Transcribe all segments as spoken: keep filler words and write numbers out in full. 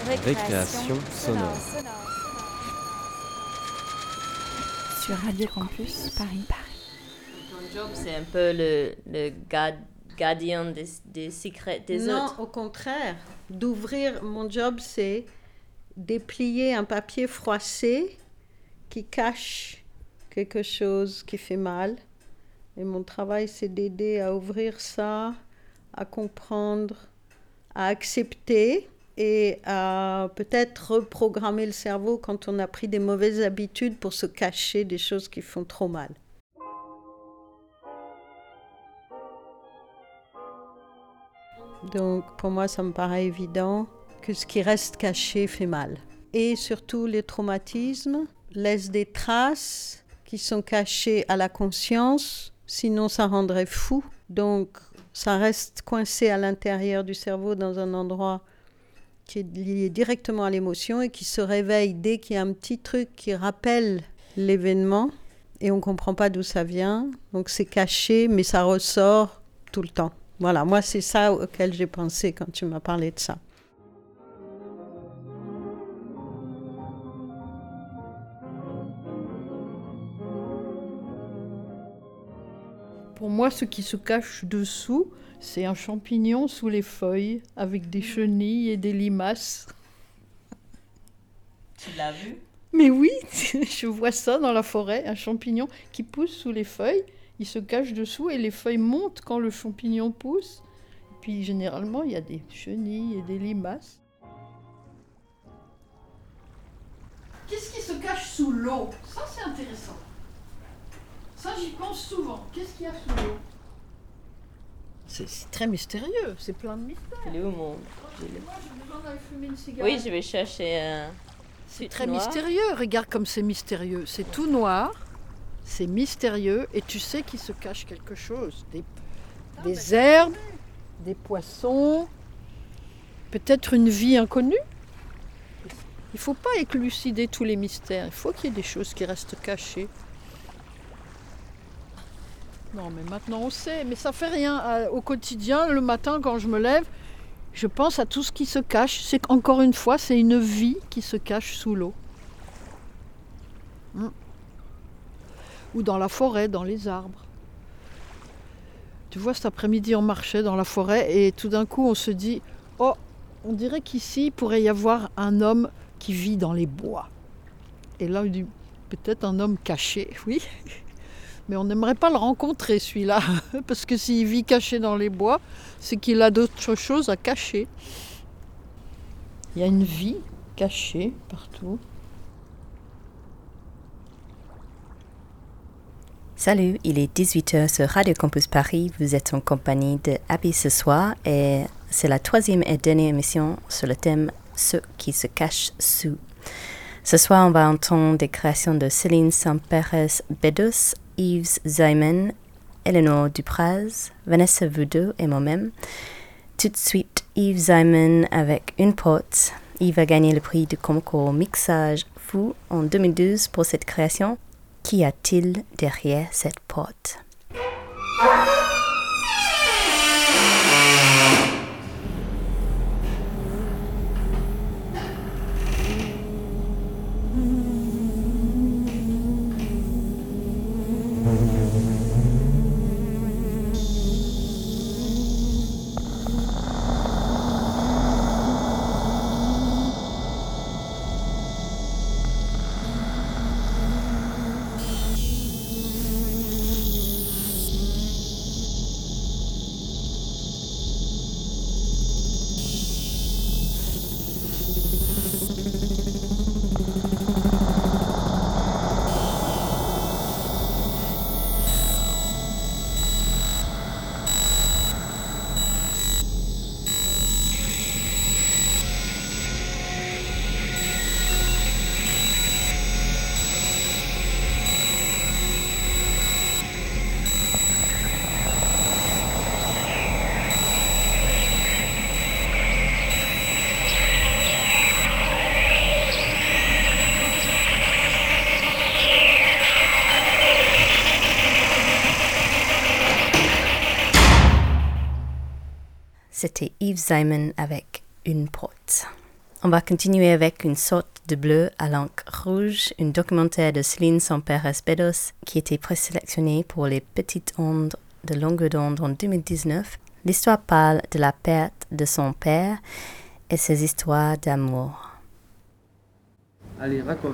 Récréation sonore. Sur Radio Campus Paris. Ton job, c'est un peu le, le gard- gardien des, des secrets des non, autres. Non, au contraire. D'ouvrir, mon job, c'est déplier un papier froissé qui cache quelque chose qui fait mal. Et mon travail, c'est d'aider à ouvrir ça, à comprendre, à accepter et à peut-être reprogrammer le cerveau quand on a pris des mauvaises habitudes pour se cacher des choses qui font trop mal. Donc pour moi, ça me paraît évident que ce qui reste caché fait mal. Et surtout, les traumatismes laissent des traces qui sont cachées à la conscience, sinon ça rendrait fou. Donc ça reste coincé à l'intérieur du cerveau dans un endroit qui est lié directement à l'émotion et qui se réveille dès qu'il y a un petit truc qui rappelle l'événement et on ne comprend pas d'où ça vient. Donc c'est caché, mais ça ressort tout le temps. Voilà, moi c'est ça auquel j'ai pensé quand tu m'as parlé de ça. Pour moi, ce qui se cache dessous, c'est un champignon sous les feuilles, avec des chenilles et des limaces. Tu l'as vu ? Mais oui, je vois ça dans la forêt, un champignon qui pousse sous les feuilles, il se cache dessous et les feuilles montent quand le champignon pousse. Et puis généralement, il y a des chenilles et des limaces. Qu'est-ce qui se cache sous l'eau ? Ça, c'est intéressant. Ça, j'y pense souvent. Qu'est-ce qu'il y a sous l'eau ? C'est, c'est très mystérieux, c'est plein de mystères. Il est où mon... Moi, j'ai besoin d'aller fumer une cigarette. Oui, je vais chercher un... C'est très noir. Mystérieux, regarde comme c'est mystérieux. C'est tout noir, c'est mystérieux, et tu sais qu'il se cache quelque chose. Des, ah, des herbes, des poissons, peut-être une vie inconnue. Il ne faut pas élucider tous les mystères, il faut qu'il y ait des choses qui restent cachées. Non, mais maintenant on sait, mais ça fait rien. Au quotidien, le matin quand je me lève, je pense à tout ce qui se cache. C'est qu'encore une fois, c'est une vie qui se cache sous l'eau. Hum. Ou dans la forêt, dans les arbres. Tu vois, cet après-midi, on marchait dans la forêt et tout d'un coup, on se dit « Oh, on dirait qu'ici, il pourrait y avoir un homme qui vit dans les bois. » Et là, on dit « Peut-être un homme caché, oui. » Mais on n'aimerait pas le rencontrer, celui-là, parce que s'il vit caché dans les bois, c'est qu'il a d'autres choses à cacher. Il y a une vie cachée partout. Salut, il est dix-huit heures sur Radio Campus Paris. Vous êtes en compagnie de Abby ce soir et c'est la troisième et dernière émission sur le thème « Ce qui se cache sous ». Ce soir, on va entendre des créations de Céline Sampérez-Bedus, Yves Simon, Eleanor Dupraz, Vanessa Voodoo et moi-même. Tout de suite, Yves Simon avec Une porte. Yves a gagné le prix du concours Mixage Fou en deux mille douze pour cette création. Qu'y a-t-il derrière cette porte ? C'était Yves Simon avec Une porte. On va continuer avec une sorte de bleu à l'encre rouge, un documentaire de Céline Sampérez-Bedos qui était présélectionné pour les petites ondes de longueur d'onde en deux mille dix-neuf. L'histoire parle de la perte de son père et ses histoires d'amour. Allez, raconte.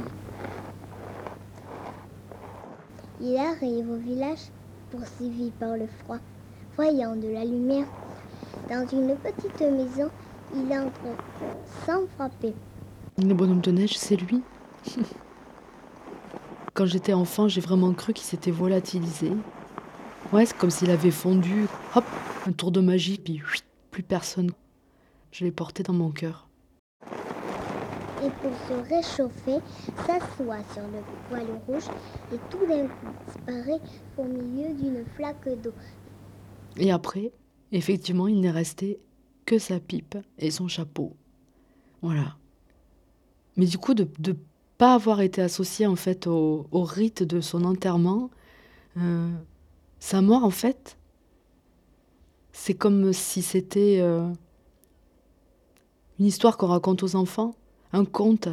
Il arrive au village poursuivi par le froid. Voyant de la lumière dans une petite maison, il entre sans frapper. Le bonhomme de neige, c'est lui. Quand j'étais enfant, j'ai vraiment cru qu'il s'était volatilisé. Ouais, c'est comme s'il avait fondu. Hop, un tour de magie, puis huit, plus personne. Je l'ai porté dans mon cœur. Et pour se réchauffer, s'assoit sur le poêle rouge et tout d'un coup disparaît au milieu d'une flaque d'eau. Et après, effectivement, il n'est resté que sa pipe et son chapeau. Voilà. Mais du coup, de ne pas avoir été associé en fait au, au rite de son enterrement, euh, sa mort en fait, c'est comme si c'était euh, une histoire qu'on raconte aux enfants, un conte.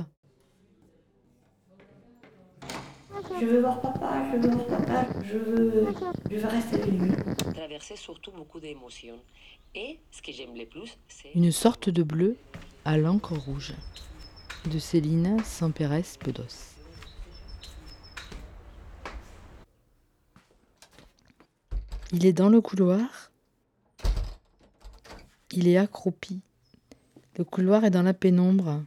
Je veux voir papa, je veux voir papa, je veux, je veux rester avec lui. Traverser surtout beaucoup d'émotions. Et ce que j'aime le plus, c'est... Une sorte de bleu à l'encre rouge, de Céline Sampérez-Bedos. Il est dans le couloir. Il est accroupi. Le couloir est dans la pénombre.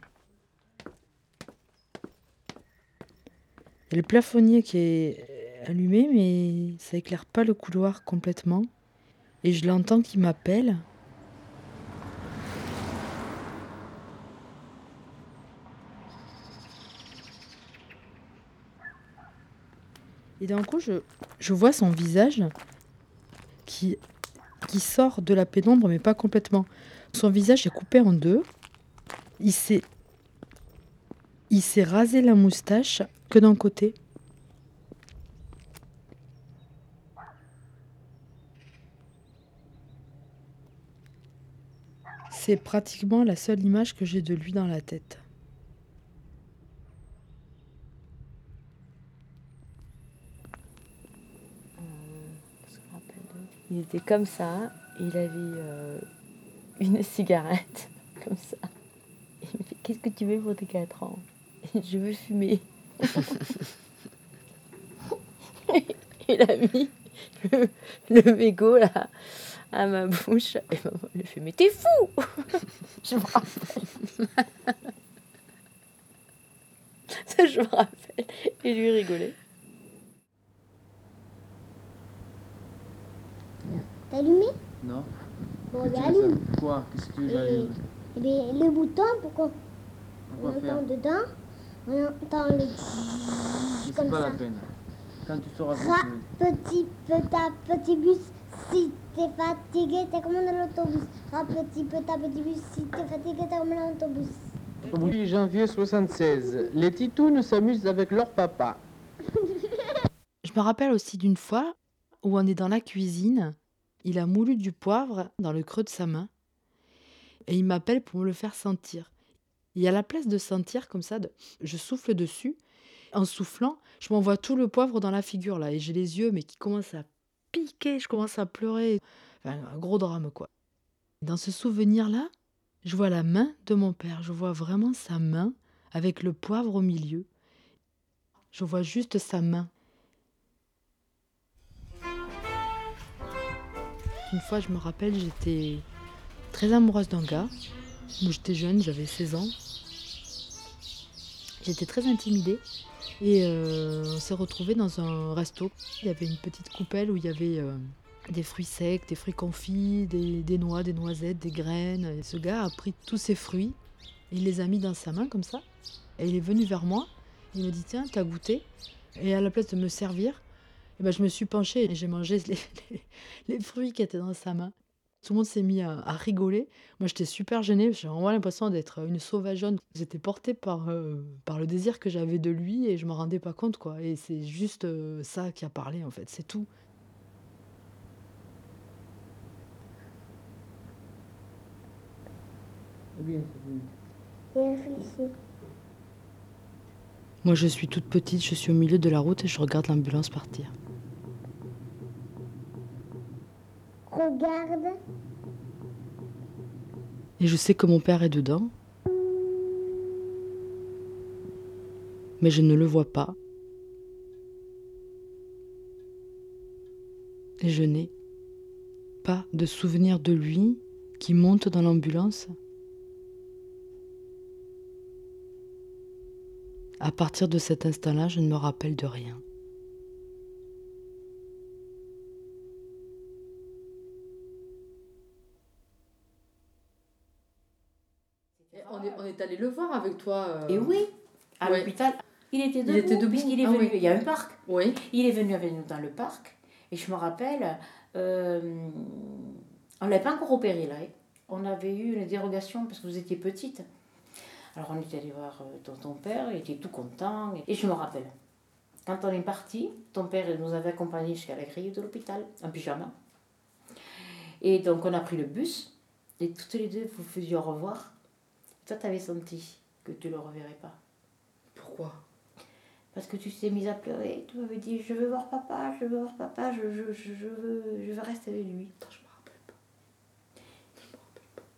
Il y a le plafonnier qui est allumé, mais ça éclaire pas le couloir complètement. Et je l'entends qui m'appelle. Et d'un coup, je, je vois son visage qui, qui sort de la pénombre, mais pas complètement. Son visage est coupé en deux. Il s'est, il s'est rasé la moustache que d'un côté. C'est pratiquement la seule image que j'ai de lui dans la tête. Il était comme ça, il avait euh, une cigarette, comme ça. Il me fait « Qu'est-ce que tu veux pour tes quatre ans ?» Je veux fumer. Il a mis le, le mégot là à ma bouche et maman lui fait « Mais t'es fou !» Je me rappelle. Ça, je me rappelle. Et lui rigolait. T'as allumé? Non. Bon, il allume. Quoi? Qu'est-ce que tu veux que Et, j'allume? et bien, le bouton, pourquoi on Quoi faire? entend dedans, on entend le C'est comme pas ça. la peine. Quand tu sauras Ra, que petit, petit, petit bus, si t'es fatigué, t'es comme dans l'autobus. Ra, petit, petit, petit bus, si t'es fatigué, t'es comme dans l'autobus. huit janvier soixante-seize, les titounes s'amusent avec leur papa. Je me rappelle aussi d'une fois où on est dans la cuisine. Il a moulu du poivre dans le creux de sa main et il m'appelle pour me le faire sentir. Et à la place de sentir comme ça, de, je souffle dessus. En soufflant, je m'envoie tout le poivre dans la figure là et j'ai les yeux mais qui commencent à piquer, je commence à pleurer. Enfin, un gros drame quoi. Dans ce souvenir là, je vois la main de mon père, je vois vraiment sa main avec le poivre au milieu. Je vois juste sa main. Une fois, je me rappelle, j'étais très amoureuse d'un gars. Moi, j'étais jeune, j'avais seize ans. J'étais très intimidée. Et euh, on s'est retrouvés dans un resto. Il y avait une petite coupelle où il y avait euh, des fruits secs, des fruits confits, des, des noix, des noisettes, des graines. Et ce gars a pris tous ces fruits et il les a mis dans sa main comme ça. Et il est venu vers moi. Il me dit « Tiens, t'as goûté ?» Et à la place de me servir, et ben, je me suis penchée et j'ai mangé les, les, les fruits qui étaient dans sa main. Tout le monde s'est mis à, à rigoler. Moi, j'étais super gênée. J'ai vraiment l'impression d'être une sauvageonne. J'étais portée par, euh, par le désir que j'avais de lui et je ne me rendais pas compte, quoi. Et c'est juste euh, ça qui a parlé, en fait. C'est tout. C'est bien, c'est bien. et réfléchis. Moi, je suis toute petite, je suis au milieu de la route et je regarde l'ambulance partir. Regarde. Et je sais que mon père est dedans, mais je ne le vois pas. Et je n'ai pas de souvenir de lui qui monte dans l'ambulance. À partir de cet instant-là, je ne me rappelle de rien. On est, on est allé le voir avec toi. euh, Et oui, à ouais. l'hôpital, il était debout, Il était debout. puisqu'il est Ah venu. oui. Il y a un parc. Oui. Il est venu avec nous dans le parc. Et je me rappelle, euh, on ne l'avait pas encore opéré là. hein. On avait eu une dérogation parce que vous étiez petite. Alors on était allé voir euh, ton, ton père, il était tout content. Et je me rappelle, quand on est parti, ton père nous avait accompagnés jusqu'à la grille de l'hôpital, en pyjama. Et donc on a pris le bus, et toutes les deux, vous faisiez au revoir. Toi, tu avais senti que tu ne le reverrais pas. Pourquoi? Parce que tu t'es mise à pleurer, tu m'avais dit je veux voir papa, je veux voir papa, je, je, je, je veux, je veux rester avec lui. Attends, je me rappelle pas. Je me rappelle pas.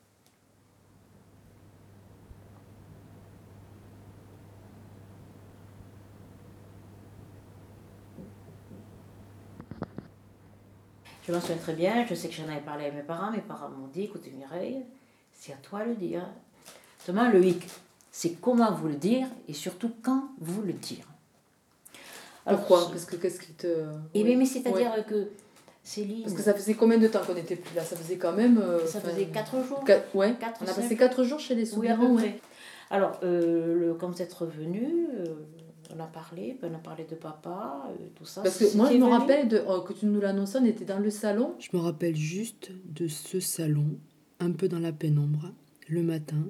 Je m'en souviens très bien, je sais que j'en avais parlé à mes parents, mes parents m'ont dit écoutez Mireille, c'est à toi de le dire. Seulement le hic, c'est comment vous le dire et surtout quand vous le dire. Alors, Pourquoi? Qu'est-ce que, qu'est-ce qui te... Et oui. bien, mais c'est-à-dire Ouais. que Céline. Parce que ça faisait combien de temps qu'on n'était plus là? Ça faisait quand même... euh, Ça faisait quatre jours. Quatre, ouais, Quatre, on a cinq passé jours. quatre jours chez les Oui, à Soubirous. peu près. Alors, euh, le, quand vous êtes revenu, euh, on a parlé, ben, on a parlé de papa, euh, tout ça. Parce que moi, je C'était me venu. rappelle de, oh, que tu nous l'annonçais, on était dans le salon. Je me rappelle juste de ce salon, un peu dans la pénombre, le matin.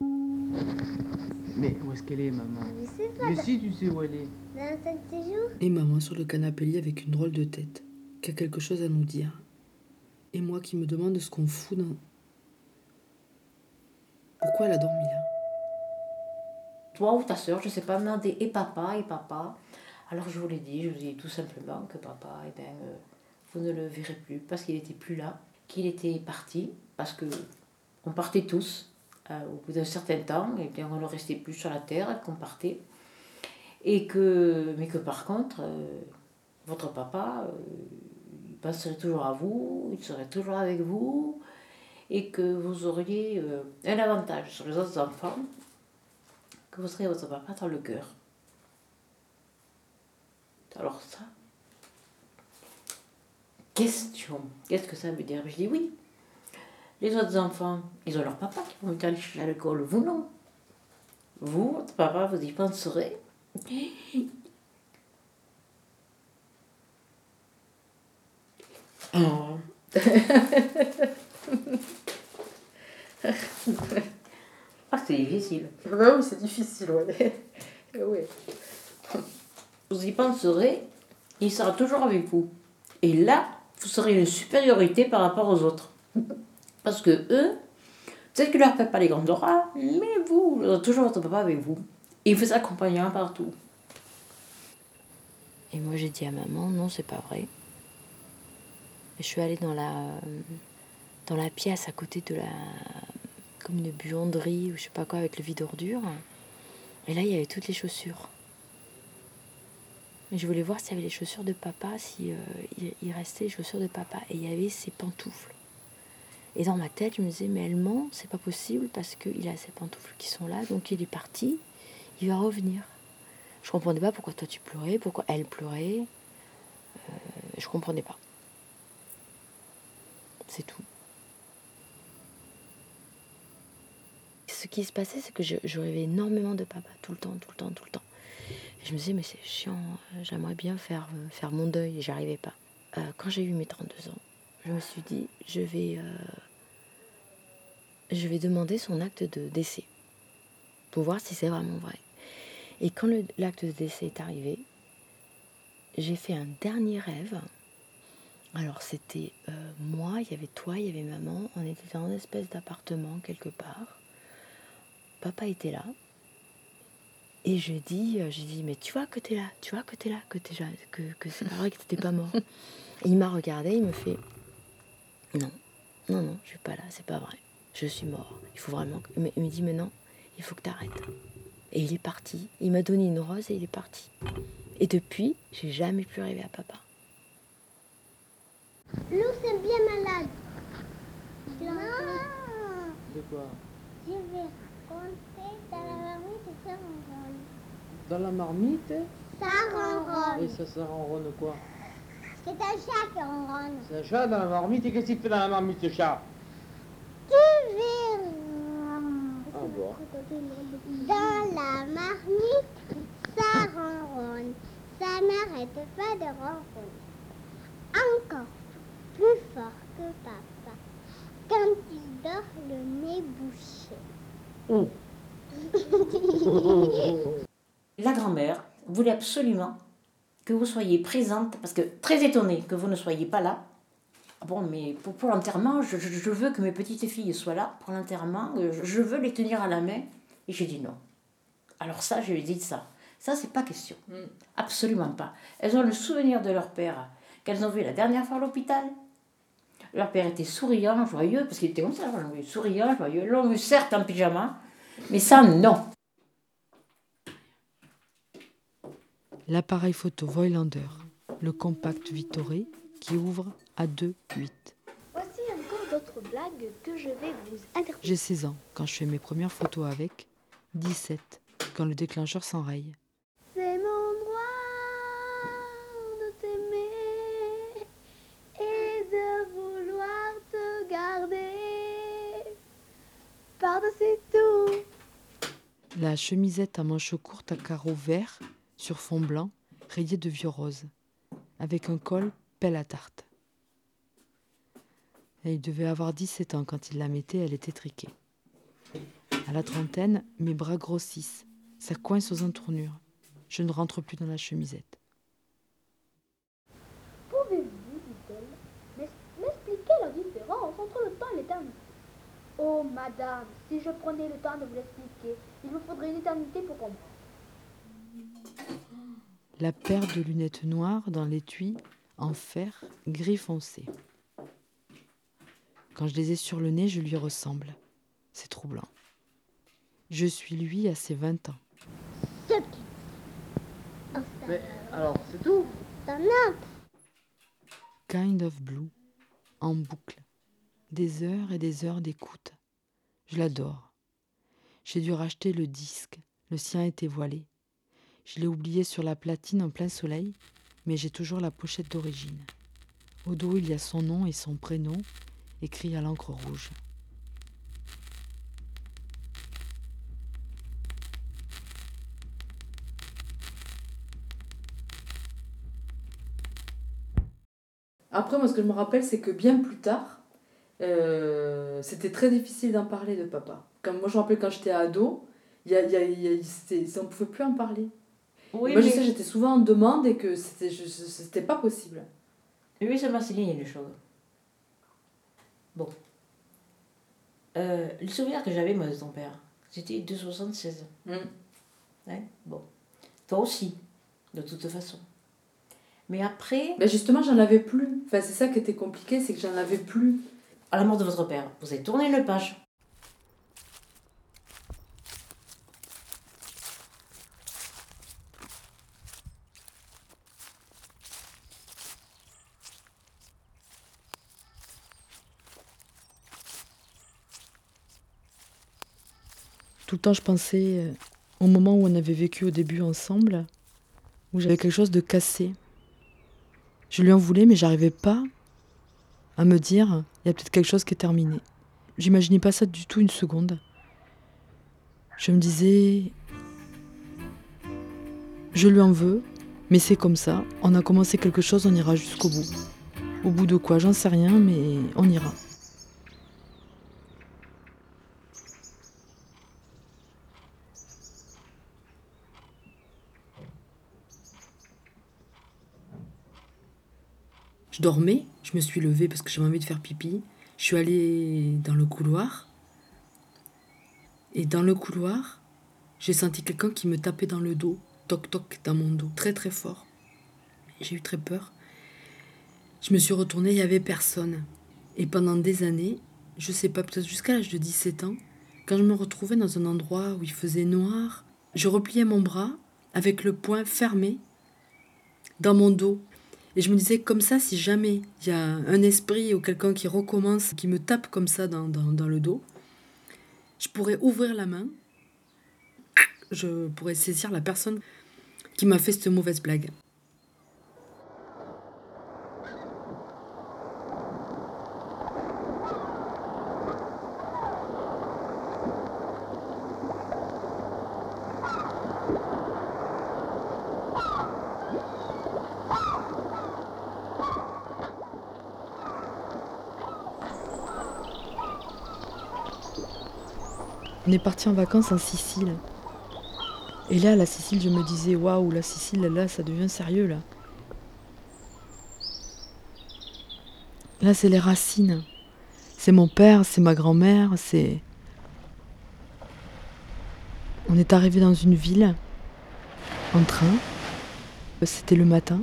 Mais où est-ce qu'elle est, maman? Je sais pas. Mais si, tu sais où elle est. Dans un séjour. Et maman sur le canapé lit avec une drôle de tête, qui a quelque chose à nous dire. Et moi qui me demande ce qu'on fout dans... Pourquoi elle a dormi là? Toi ou ta soeur, je ne sais pas, demander et papa, et papa. Alors je vous l'ai dit, je vous ai dit tout simplement que papa, eh ben, euh, vous ne le verrez plus parce qu'il n'était plus là, qu'il était parti, parce que on partait tous. Euh, au bout d'un certain temps, eh bien, on ne restait plus sur la terre, qu'on partait. Et que, mais que par contre, euh, votre papa, euh, il penserait toujours à vous, il serait toujours avec vous, et que vous auriez euh, un avantage sur les autres enfants, que vous serez votre papa dans le cœur. Alors ça, question, qu'est-ce que ça veut dire? Je dis oui. Les autres enfants, ils ont leur papa qui vont aller à l'école, vous non. Vous, votre papa, vous y penserez. Oh. Ah, c'est difficile. Bah oui, c'est difficile, ouais. Oui. Vous y penserez, il sera toujours avec vous. Et là, vous serez une supériorité par rapport aux autres. Parce que eux, peut-être qu'ils ne leur faites pas les grands orats, mais vous, vous aurez toujours votre papa avec vous. Et il vous accompagnera partout. Et moi j'ai dit à maman, non c'est pas vrai. Et je suis allée dans la, dans la pièce à côté de la... comme une buanderie ou je sais pas quoi avec le vide ordure. Et là il y avait toutes les chaussures. Et je voulais voir s'il y avait les chaussures de papa, si euh, il, il restait les chaussures de papa. Et il y avait ses pantoufles. Et dans ma tête je me disais, mais elle ment, c'est pas possible parce qu'il a ses pantoufles qui sont là, donc il est parti, il va revenir. Je comprenais pas pourquoi toi tu pleurais, pourquoi elle pleurait. Euh, je comprenais pas. C'est tout. Ce qui se passait, c'est que je, je rêvais énormément de papa, tout le temps, tout le temps, tout le temps. Et je me disais, mais c'est chiant, j'aimerais bien faire, faire mon deuil, et j'arrivais pas. Euh, quand j'ai eu mes trente-deux ans, je me suis dit, je vais, euh, je vais demander son acte de décès, pour voir si c'est vraiment vrai. Et quand le, l'acte de décès est arrivé, j'ai fait un dernier rêve. Alors c'était euh, moi, il y avait toi, il y avait maman, on était dans une espèce d'appartement quelque part. papa était là. Et je dis, je dis, mais tu vois que t'es là, tu vois que t'es là, que, t'es là, que, que c'est pas vrai que t'étais pas mort. Et il m'a regardé, il me fait, non, non, non, je suis pas là, c'est pas vrai, je suis mort. Il faut vraiment que... Il me dit, mais non, il faut que t'arrêtes. Et il est parti, il m'a donné une rose et il est parti. Et depuis, j'ai jamais pu rêver à papa. Lou, c'est bien malade. Non. De quoi? Je vais raconter dans la marmite et ça ronronne. Dans la marmite? Ça ronronne. Et ça, ça ronronne quoi? C'est un chat qui ronronne. C'est un chat dans la marmite, et qu'est-ce qu'il fait dans la marmite, ce chat? Tu verras. Ah bon. Dans la marmite, ça ronronne. Ça n'arrête pas de ronronner. Encore plus fort que papa quand il dort le nez bouché. Oh. La grand-mère voulait absolument que vous soyez présente, parce que très étonnée que vous ne soyez pas là. Bon, mais pour, pour l'enterrement, je, je, je veux que mes petites filles soient là pour l'enterrement, je, je veux les tenir à la main. Et j'ai dit non. Alors ça, je lui ai dit ça. Ça, c'est pas question. Mm. Absolument pas. Elles ont le souvenir de leur père, qu'elles ont vu la dernière fois à l'hôpital. Leur père était souriant, joyeux, parce qu'il était comme ça, souriant, joyeux. Ils l'ont vu certes en pyjama, mais ça, non. L'appareil photo Voigtlander, le compact Vitoré qui ouvre à deux virgule huit. Voici encore d'autres blagues que je vais vous interpréter. J'ai seize ans quand je fais mes premières photos avec, dix-sept quand le déclencheur s'enraye. C'est mon droit de t'aimer et de vouloir te garder par-dessus tout. La chemisette à manches courtes à carreaux verts sur fond blanc, rayé de vieux rose, avec un col pelle à tarte. Et il devait avoir dix-sept ans quand il la mettait, elle était triquée. À la trentaine, mes bras grossissent, ça coince aux entournures. Je ne rentre plus dans la chemisette. Pouvez-vous, dit-elle, m'expliquer la différence entre le temps et l'éternité? Oh, madame, si je prenais le temps de vous l'expliquer, il me faudrait une éternité pour comprendre. La paire de lunettes noires dans l'étui en fer gris foncé. Quand je les ai sur le nez, je lui ressemble. C'est troublant. Je suis lui à ses vingt ans. Mais alors, c'est tout? Kind of Blue, en boucle. Des heures et des heures d'écoute. Je l'adore. J'ai dû racheter le disque. Le sien était voilé. Je l'ai oublié sur la platine en plein soleil, mais j'ai toujours la pochette d'origine. Au dos, il y a son nom et son prénom, écrits à l'encre rouge. Après, moi, ce que je me rappelle, c'est que bien plus tard, euh, c'était très difficile d'en parler de papa. Comme moi, je me rappelle quand j'étais ado, y a, y a, y a, on ne pouvait plus en parler. Oui, moi, mais... je sais, j'étais souvent en demande et que c'était, je, c'était pas possible. Oui, ça m'a souligné les choses. Bon. Euh, le souvenir que j'avais, moi, de ton père, c'était de soixante-seize. Mm. Hein? Bon. Toi aussi, de toute façon. Mais après... Ben justement, j'en avais plus. Enfin, c'est ça qui était compliqué, c'est que j'en avais plus. À la mort de votre père, vous avez tourné une page. Tout le temps, je pensais au moment où on avait vécu au début ensemble, où j'avais quelque chose de cassé. Je lui en voulais, mais j'arrivais pas à me dire, il y a peut-être quelque chose qui est terminé. J'imaginais pas ça du tout une seconde. Je me disais, je lui en veux, mais c'est comme ça. On a commencé quelque chose, on ira jusqu'au bout. Au bout de quoi, j'en sais rien, mais on ira. Je dormais, je me suis levée parce que j'avais envie de faire pipi. Je suis allée dans le couloir Et dans le couloir, j'ai senti quelqu'un qui me tapait dans le dos, toc toc dans mon dos, très très fort. J'ai eu très peur. Je me suis retournée, il n'y avait personne. Et pendant des années, je sais pas, peut-être jusqu'à l'âge de dix-sept ans, quand je me retrouvais dans un endroit où il faisait noir, je repliais mon bras avec le poing fermé dans mon dos. Et je me disais, comme ça, si jamais il y a un esprit ou quelqu'un qui recommence, qui me tape comme ça dans, dans, dans le dos, je pourrais ouvrir la main, je pourrais saisir la personne qui m'a fait cette mauvaise blague. On est parti en vacances en Sicile. Et là, la Sicile, je me disais, waouh, la Sicile, là, ça devient sérieux, là. Là, c'est les racines. C'est mon père, c'est ma grand-mère, c'est... On est arrivé dans une ville, en train. C'était le matin.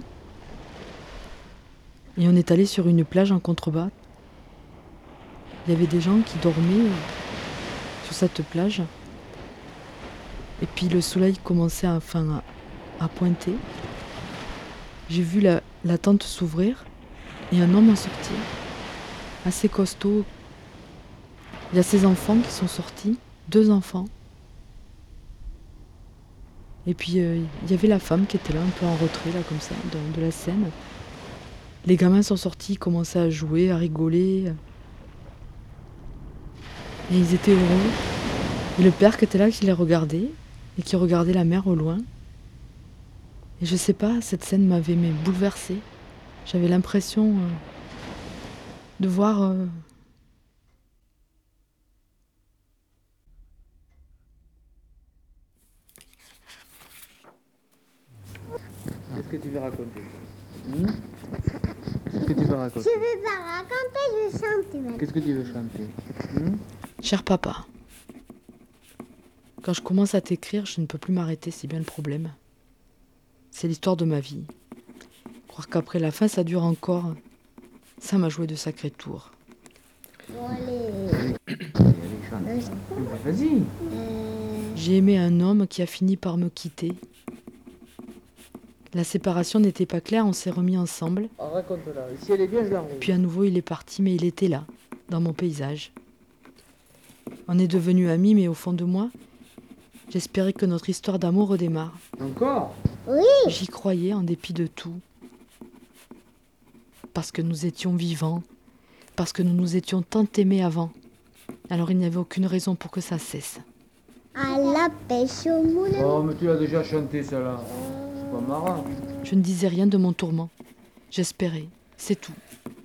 Et on est allé sur une plage en contrebas. Il y avait des gens qui dormaient sur cette plage. Et puis le soleil commençait à, enfin, à, à pointer. J'ai vu la, la tente s'ouvrir et un homme en sortir, assez costaud. Il y a ses enfants qui sont sortis, deux enfants. Et puis euh, il y avait la femme qui était là, un peu en retrait, là, comme ça, de, de la scène. Les gamins sont sortis, ils commençaient à jouer, à rigoler. Et ils étaient heureux. Et le père qui était là, qui les regardait, et qui regardait la mer au loin. Et je sais pas, cette scène m'avait mais bouleversée. J'avais l'impression euh, de voir... Euh... Qu'est-ce que tu veux raconter hmm Qu'est-ce que tu veux raconter? Je veux pas raconter, je veux chanter maintenant. Qu'est-ce que tu veux chanter hmm Cher papa, quand je commence à t'écrire, je ne peux plus m'arrêter, c'est bien le problème. C'est l'histoire de ma vie. Croire qu'après la fin, ça dure encore, ça m'a joué de sacrés tours. Bon, allez. Allez, chante. Vas-y. Euh... J'ai aimé un homme qui a fini par me quitter. La séparation n'était pas claire, on s'est remis ensemble. Oh, raconte-la. Si elle est bien, je la roule. Puis à nouveau, il est parti, mais il était là, dans mon paysage. On est devenus amis, mais au fond de moi, j'espérais que notre histoire d'amour redémarre. Encore? Oui. J'y croyais en dépit de tout. Parce que nous étions vivants, parce que nous nous étions tant aimés avant. Alors il n'y avait aucune raison pour que ça cesse. À la pêche au moulin. Oh, mais tu l'as déjà chanté, ça là. C'est pas marrant. Je ne disais rien de mon tourment. J'espérais, c'est tout.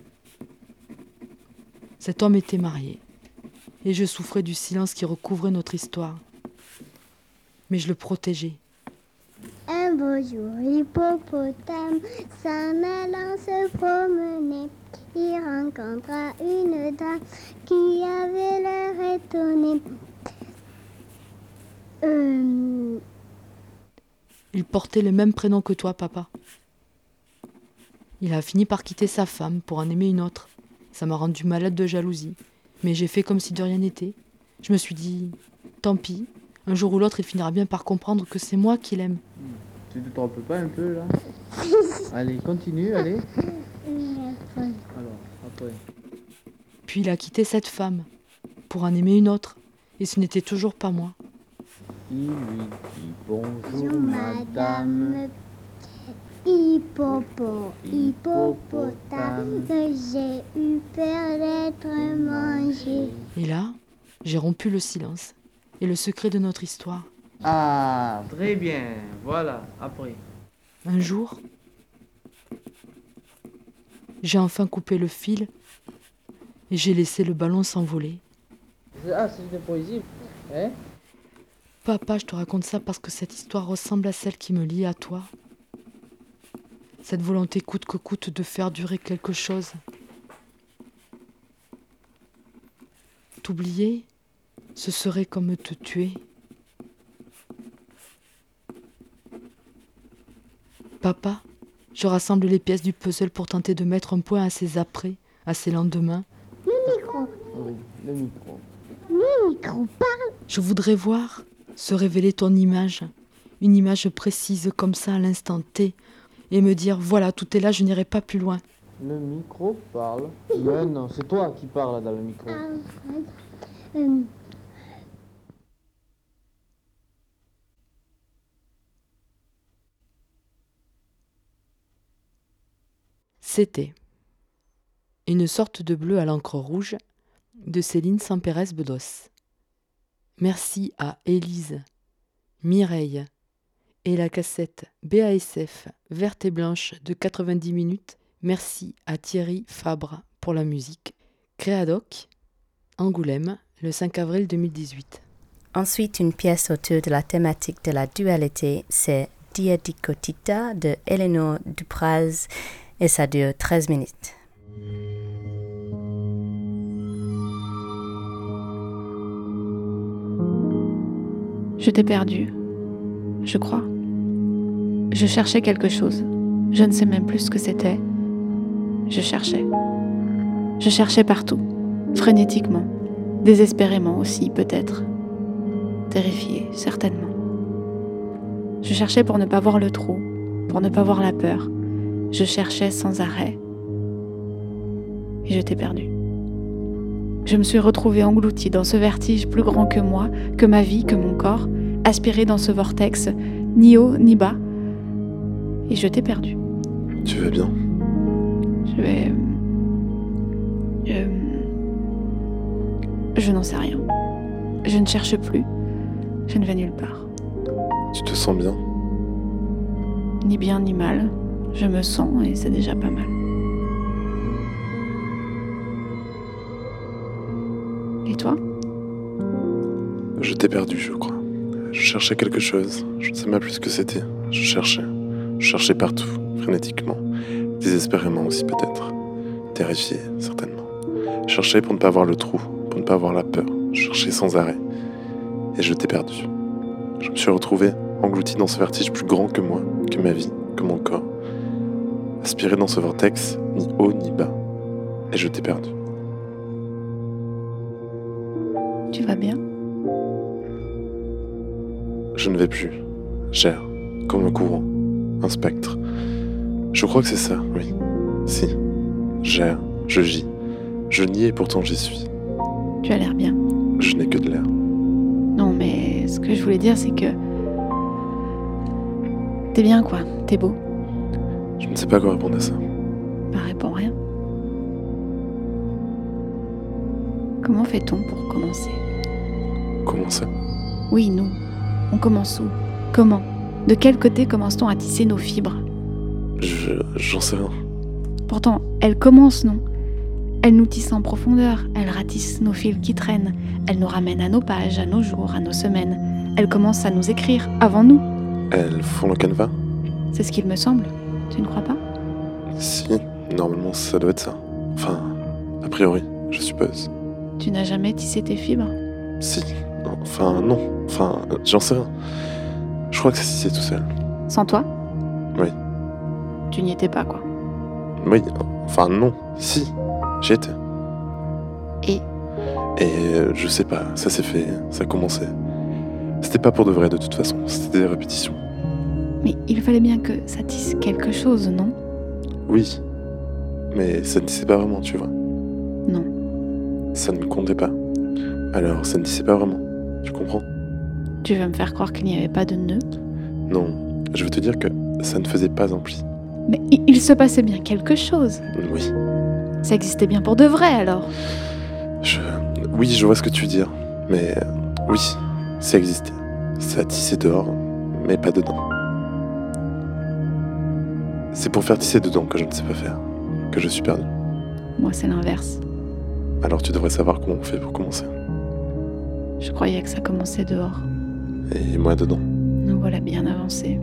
Cet homme était marié. Et je souffrais du silence qui recouvrait notre histoire. Mais je le protégeais. Un beau jour, l'hippopotame s'en allant se promener. Il rencontra une dame qui avait l'air étonnée. Euh... Il portait le même prénom que toi, papa. Il a fini par quitter sa femme pour en aimer une autre. Ça m'a rendu malade de jalousie. Mais j'ai fait comme si de rien n'était. Je me suis dit, tant pis, un jour ou l'autre, il finira bien par comprendre que c'est moi qui l'aime. Tu te trompes pas un peu, là? Allez, continue, allez. Alors, après. Puis il a quitté cette femme pour en aimer une autre. Et ce n'était toujours pas moi. Il lui dit bonjour, madame. Hippopo, hippopotame, j'ai eu peur d'être mangé. Et là, j'ai rompu le silence et le secret de notre histoire. Ah, très bien, voilà, après. Un jour, j'ai enfin coupé le fil et j'ai laissé le ballon s'envoler. Ah, c'est une poésie, hein? Papa, je te raconte ça parce que cette histoire ressemble à celle qui me lie à toi. Cette volonté coûte que coûte de faire durer quelque chose. T'oublier, ce serait comme te tuer. Papa, je rassemble les pièces du puzzle pour tenter de mettre un point à ces après, à ces lendemains. Le micro. Oui, le micro. Le micro parle. Je voudrais voir se révéler ton image, une image précise comme ça à l'instant T, et me dire voilà, tout est là, je n'irai pas plus loin. Le micro parle. Mais non, c'est toi qui parles dans le micro. Ah, euh, C'était une sorte de bleu à l'encre rouge de Céline Sampérez-Bedos. Merci à Élise, Mireille et la cassette B A S F verte et blanche de quatre-vingt-dix minutes. Merci à Thierry Fabre pour la musique. Créadoc, Angoulême, le cinq avril deux mille dix-huit. Ensuite, une pièce autour de la thématique de la dualité, c'est Diadicotita de Eleanor Dupraz et ça dure treize minutes. Je t'ai perdu, je crois. Je cherchais quelque chose. Je ne sais même plus ce que c'était. Je cherchais. Je cherchais partout, frénétiquement, désespérément aussi peut-être. Terrifiée, certainement. Je cherchais pour ne pas voir le trou, pour ne pas voir la peur. Je cherchais sans arrêt. Et je t'ai perdu. Je me suis retrouvée engloutie dans ce vertige plus grand que moi, que ma vie, que mon corps, aspirée dans ce vortex, ni haut ni bas. Et je t'ai perdu. Tu vas bien? Je vais... Euh... Je n'en sais rien. Je ne cherche plus. Je ne vais nulle part. Tu te sens bien? Ni bien ni mal. Je me sens et c'est déjà pas mal. Et toi? Je t'ai perdu, je crois. Je cherchais quelque chose. Je ne sais même plus ce que c'était. Je cherchais. Je cherchais partout, frénétiquement. Désespérément aussi peut-être. Terrifié, certainement. Je cherchais pour ne pas voir le trou, pour ne pas voir la peur. Je cherchais sans arrêt. Et je t'ai perdu. Je me suis retrouvé englouti dans ce vertige plus grand que moi, que ma vie, que mon corps. Aspiré dans ce vortex, ni haut ni bas. Et je t'ai perdu. Tu vas bien? Je ne vais plus. J'erre, comme un courant, un spectre. Je crois que c'est ça, oui. Si. J'erre, je gis. Je nie et pourtant j'y suis. Tu as l'air bien. Je n'ai que de l'air. Non, mais ce que je voulais dire, c'est que... T'es bien, quoi. T'es beau. Je ne sais pas quoi répondre à ça. Bah, réponds rien. Comment fait-on pour commencer? Comment ça? Oui, nous. On commence où? Comment? De quel côté commence-t-on à tisser nos fibres? Je... j'en sais rien. Pourtant, elles commencent, non? Elles nous tissent en profondeur, elles ratissent nos fils qui traînent, elles nous ramènent à nos pages, à nos jours, à nos semaines. Elles commencent à nous écrire, avant nous. Elles font le canevas? C'est ce qu'il me semble. Tu ne crois pas? Si, normalement ça doit être ça. Enfin, a priori, je suppose. Tu n'as jamais tissé tes fibres? Si, enfin non, enfin j'en sais rien. Je crois que ça s'y est tout seul. Sans toi? Oui. Tu n'y étais pas, quoi. Oui, enfin non, si, j'y étais. Et? Et euh, je sais pas, ça s'est fait, ça a commencé. C'était pas pour de vrai de toute façon, c'était des répétitions. Mais il fallait bien que ça tisse quelque chose, non? Oui, mais ça ne tissait pas vraiment, tu vois. Non. Ça ne comptait pas. Alors ça ne tissait pas vraiment, tu comprends? Tu veux me faire croire qu'il n'y avait pas de nœud? Non, je veux te dire que ça ne faisait pas un pli. Mais il se passait bien quelque chose. Oui. Ça existait bien pour de vrai, alors? Je... Oui, je vois ce que tu veux dire. Mais oui, ça existait. Ça tissait dehors, mais pas dedans. C'est pour faire tisser dedans que je ne sais pas faire, que je suis perdu. Moi, c'est l'inverse. Alors tu devrais savoir comment on fait pour commencer. Je croyais que ça commençait dehors. Et moi dedans. Nous voilà bien avancés.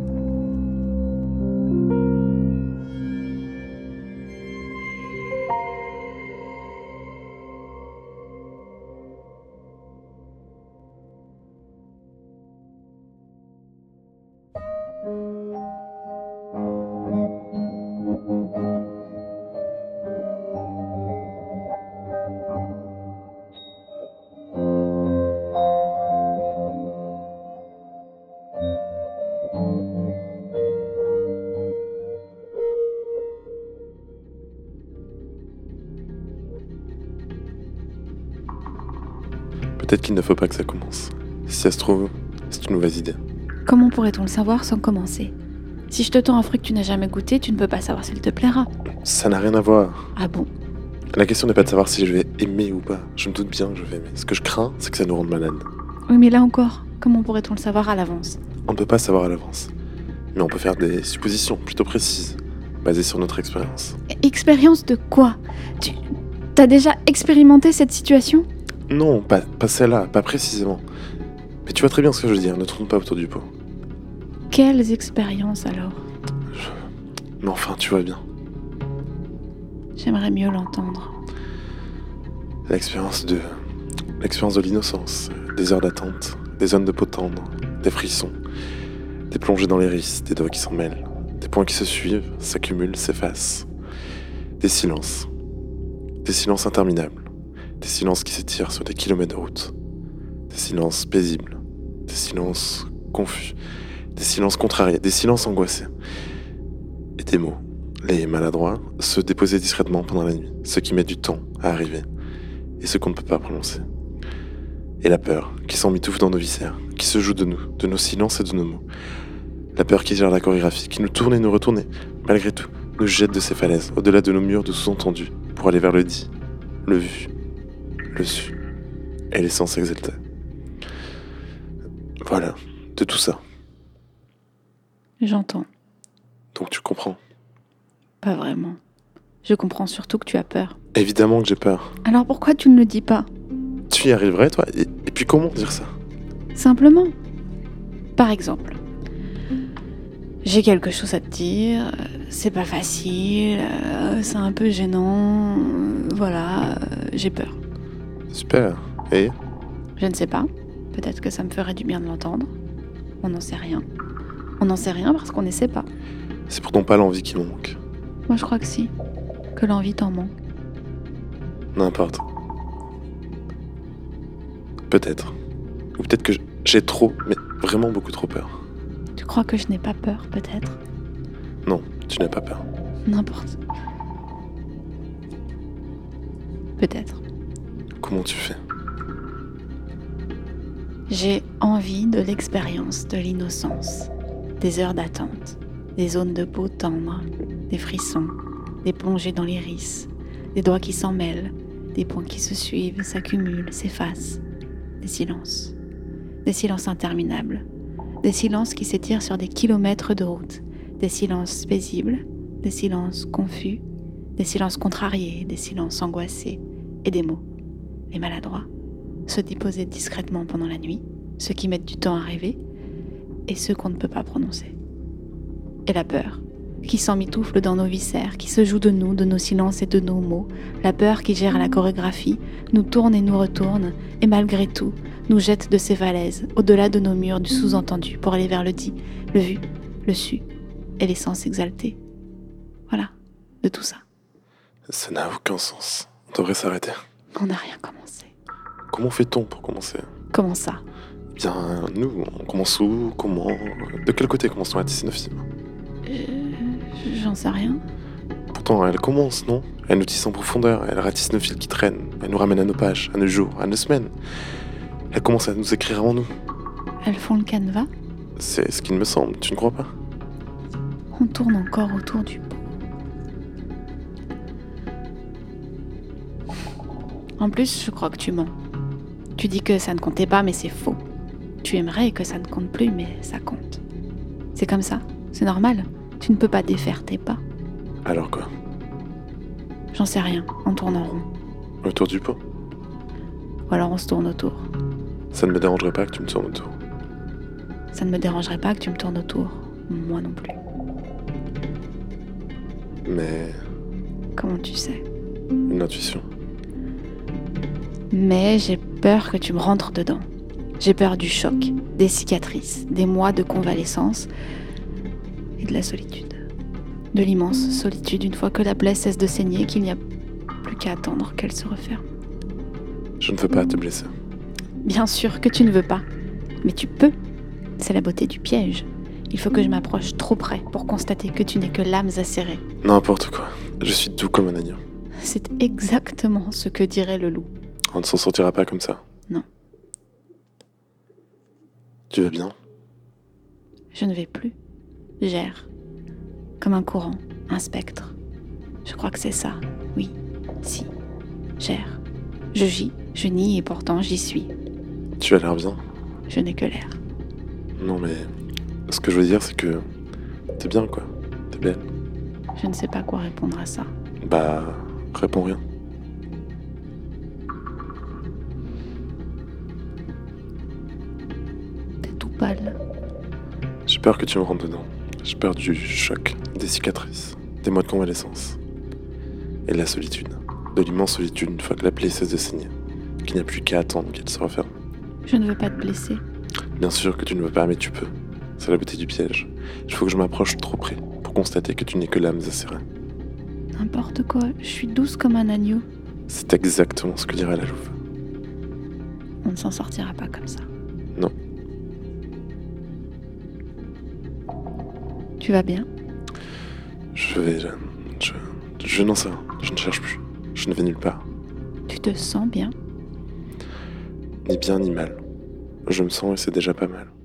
Peut-être qu'il ne faut pas que ça commence. Si ça se trouve, c'est une mauvaise idée. Comment pourrait-on le savoir sans commencer? Si je te tends un fruit que tu n'as jamais goûté, tu ne peux pas savoir s'il te plaira. Ça n'a rien à voir. Ah bon? La question n'est pas de savoir si je vais aimer ou pas. Je me doute bien que je vais aimer. Ce que je crains, c'est que ça nous rende malades. Oui, mais là encore, comment pourrait-on le savoir à l'avance? On ne peut pas savoir à l'avance. Mais on peut faire des suppositions plutôt précises, basées sur notre expérience. Expérience de quoi? Tu as déjà expérimenté cette situation? Non, pas, pas celle-là, pas précisément. Mais tu vois très bien ce que je veux dire, ne tourne pas autour du pot. Quelles expériences alors? Je... Mais enfin, tu vois bien. J'aimerais mieux l'entendre. L'expérience de... L'expérience de l'innocence, des heures d'attente, des zones de peau tendre, des frissons, des plongées dans l'iris, des doigts qui s'en mêlent, des points qui se suivent, s'accumulent, s'effacent, des silences, des silences interminables, des silences qui s'étirent sur des kilomètres de route, des silences paisibles, des silences confus, des silences contrariés, des silences angoissés, et des mots, les maladroits, ceux déposés discrètement pendant la nuit, ceux qui mettent du temps à arriver, et ceux qu'on ne peut pas prononcer. Et la peur, qui s'emmitouffe dans nos viscères, qui se joue de nous, de nos silences et de nos mots. La peur qui gère la chorégraphie, qui nous tourne et nous retourne, et, malgré tout, nous jette de ces falaises, au-delà de nos murs de sous-entendus, pour aller vers le dit, le vu, le su, et les sens exaltés. Voilà, de tout ça. J'entends. Donc tu comprends? Pas vraiment. Je comprends surtout que tu as peur. Évidemment que j'ai peur. Alors pourquoi tu ne le dis pas? Tu y arriverais, toi? Et, et puis comment dire ça? Simplement. Par exemple, j'ai quelque chose à te dire, c'est pas facile, euh, c'est un peu gênant, euh, voilà, euh, j'ai peur. Super. Et? Je ne sais pas. Peut-être que ça me ferait du bien de l'entendre. On n'en sait rien. On n'en sait rien parce qu'on n'essaie pas. C'est pourtant pas l'envie qui manque. Moi, je crois que si. Que l'envie t'en manque. N'importe. Peut-être. Ou peut-être que j'ai trop, mais vraiment beaucoup trop peur. Tu crois que je n'ai pas peur, peut-être? Non, tu n'as pas peur. N'importe. Peut-être. Comment tu fais? J'ai envie de l'expérience de l'innocence, des heures d'attente, des zones de peau tendre, des frissons, des plongées dans l'iris, des doigts qui s'en mêlent, des points qui se suivent, s'accumulent, s'effacent, des silences, des silences interminables, des silences qui s'étirent sur des kilomètres de route, des silences paisibles, des silences confus, des silences contrariés, des silences angoissés, et des mots, les maladroits, ceux déposés discrètement pendant la nuit, ceux qui mettent du temps à rêver, et ceux qu'on ne peut pas prononcer. Et la peur, qui s'emmitoufle dans nos viscères, qui se joue de nous, de nos silences et de nos mots, la peur qui gère la chorégraphie, nous tourne et nous retourne, et malgré tout, nous jette de ces falaises, au-delà de nos murs du sous-entendu, pour aller vers le dit, le vu, le su, et les sens exaltés. Voilà, de tout ça. Ça n'a aucun sens. On devrait s'arrêter. On n'a rien commencé. Comment fait-on pour commencer? Comment ça? Bien, nous, on commence où? Comment? De quel côté commence-t-on à tisser nos films? Euh, J'en sais rien. Pourtant, elle commence, non? Elle nous tisse en profondeur, elle ratisse nos fils qui traînent, elle nous ramène à nos pages, à nos jours, à nos semaines. Elle commence à nous écrire avant nous. Elles font le canevas? C'est ce qu'il me semble, tu ne crois pas? On tourne encore autour du pot. En plus, je crois que tu mens. Tu dis que ça ne comptait pas, mais c'est faux. Tu aimerais que ça ne compte plus, mais ça compte. C'est comme ça, c'est normal. Tu ne peux pas défaire tes pas. Alors quoi? J'en sais rien, on tourne en rond. Autour du pot? Ou alors on se tourne autour. Ça ne me dérangerait pas que tu me tournes autour. Ça ne me dérangerait pas que tu me tournes autour. Moi non plus. Mais... Comment tu sais? Une intuition. Mais j'ai peur que tu me rentres dedans. J'ai peur du choc, des cicatrices, des mois de convalescence et de la solitude. De l'immense solitude une fois que la plaie cesse de saigner, qu'il n'y a plus qu'à attendre qu'elle se referme. Je ne veux pas te blesser. Bien sûr que tu ne veux pas, mais tu peux. C'est la beauté du piège. Il faut que je m'approche trop près pour constater que tu n'es que lames acérées. N'importe quoi. Je suis doux comme un agneau. C'est exactement ce que dirait le loup. On ne s'en sortira pas comme ça. Non. Tu vas bien? Je ne vais plus. J'erre. Comme un courant, un spectre. Je crois que c'est ça. Oui, si. J'erre. Je gis, je nie et pourtant j'y suis. Tu as l'air bien. Je n'ai que l'air. Non mais... Ce que je veux dire c'est que... T'es bien quoi. T'es belle. Je ne sais pas quoi répondre à ça. Bah... Réponds rien. T'es tout pâle. J'ai peur que tu me rentres dedans. J'ai peur du choc, des cicatrices, des mois de convalescence. Et de la solitude. De l'immense solitude une fois que la plaie cesse de saigner. Qu'il n'y a plus qu'à attendre qu'elle se referme. Je ne veux pas te blesser. Bien sûr que tu ne veux pas, mais tu peux. C'est la beauté du piège. Il faut que je m'approche trop près pour constater que tu n'es que l'âme acérée. N'importe quoi, je suis douce comme un agneau. C'est exactement ce que dirait la louve. On ne s'en sortira pas comme ça. Non. Tu vas bien? Je vais... Je... Je, je n'en sais rien. Je ne cherche plus. Je ne vais nulle part. Tu te sens bien? Ni bien ni mal. Je me sens et c'est déjà pas mal.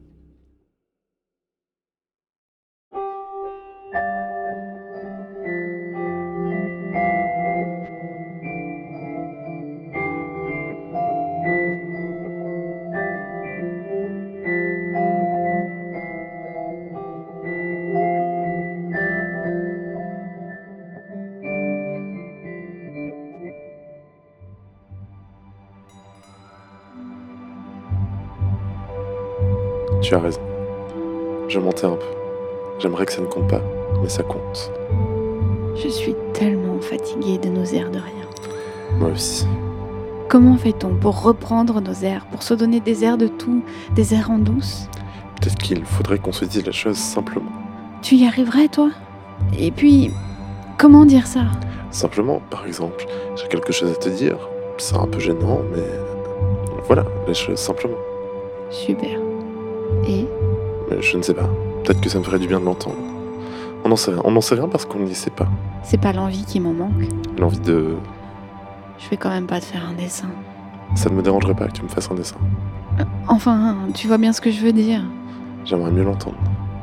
Tu as raison. Je mentais un peu. J'aimerais que ça ne compte pas, mais ça compte. Je suis tellement fatiguée de nos airs de rien. Moi aussi. Comment fait-on pour reprendre nos airs, pour se donner des airs de tout, des airs en douce? Peut-être qu'il faudrait qu'on se dise la chose simplement. Tu y arriverais, toi? Et puis, comment dire ça? Simplement, par exemple, j'ai quelque chose à te dire. C'est un peu gênant, mais... Voilà, les choses simplement. Super. Et? Mais je ne sais pas. Peut-être que ça me ferait du bien de l'entendre. On n'en sait rien. On n'en sait rien parce qu'on ne sait pas. C'est pas l'envie qui m'en manque. L'envie de... Je vais quand même pas te faire un dessin. Ça ne me dérangerait pas que tu me fasses un dessin. Enfin, tu vois bien ce que je veux dire. J'aimerais mieux l'entendre.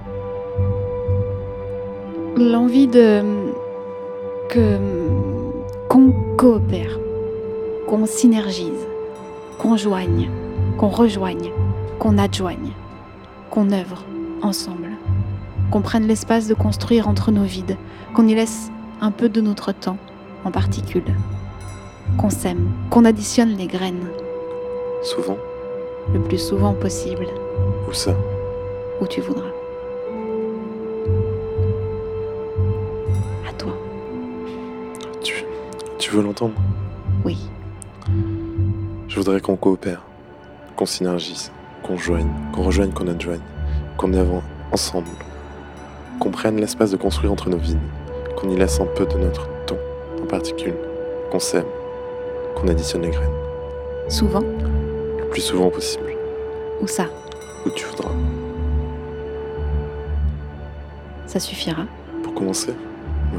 L'envie de... que... qu'on coopère, qu'on synergise, qu'on joigne, qu'on rejoigne, qu'on adjoigne, qu'on œuvre ensemble, qu'on prenne l'espace de construire entre nos vides, qu'on y laisse un peu de notre temps en particules, qu'on sème, qu'on additionne les graines. Souvent? Le plus souvent possible. Où ça? Où tu voudras. À toi. Tu, tu veux l'entendre? Oui. Je voudrais qu'on coopère, qu'on synergise, qu'on joigne, qu'on rejoigne, qu'on adjoigne, qu'on œuvre ensemble, qu'on prenne l'espace de construire entre nos vides, qu'on y laisse un peu de notre temps en particules, qu'on sème, qu'on additionne les graines. Souvent? Le plus souvent possible. Où ça? Où tu voudras. Ça suffira? Pour commencer? Ouais.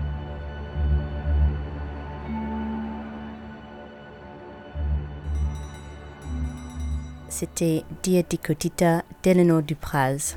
C'était Dia Dicotita d'Eleanor Dupraz.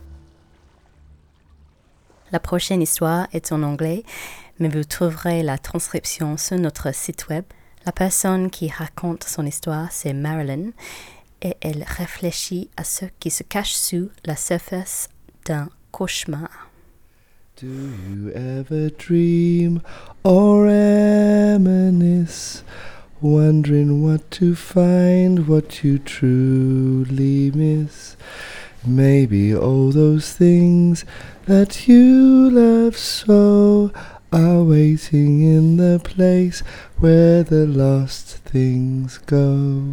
La prochaine histoire est en anglais, mais vous trouverez la transcription sur notre site web. La personne qui raconte son histoire, c'est Marilyn, et elle réfléchit à ce qui se cache sous la surface d'un cauchemar. Do you ever dream or reminisce, wondering what to find, what you truly miss? Maybe all those things that you love so are waiting in the place where the lost things go.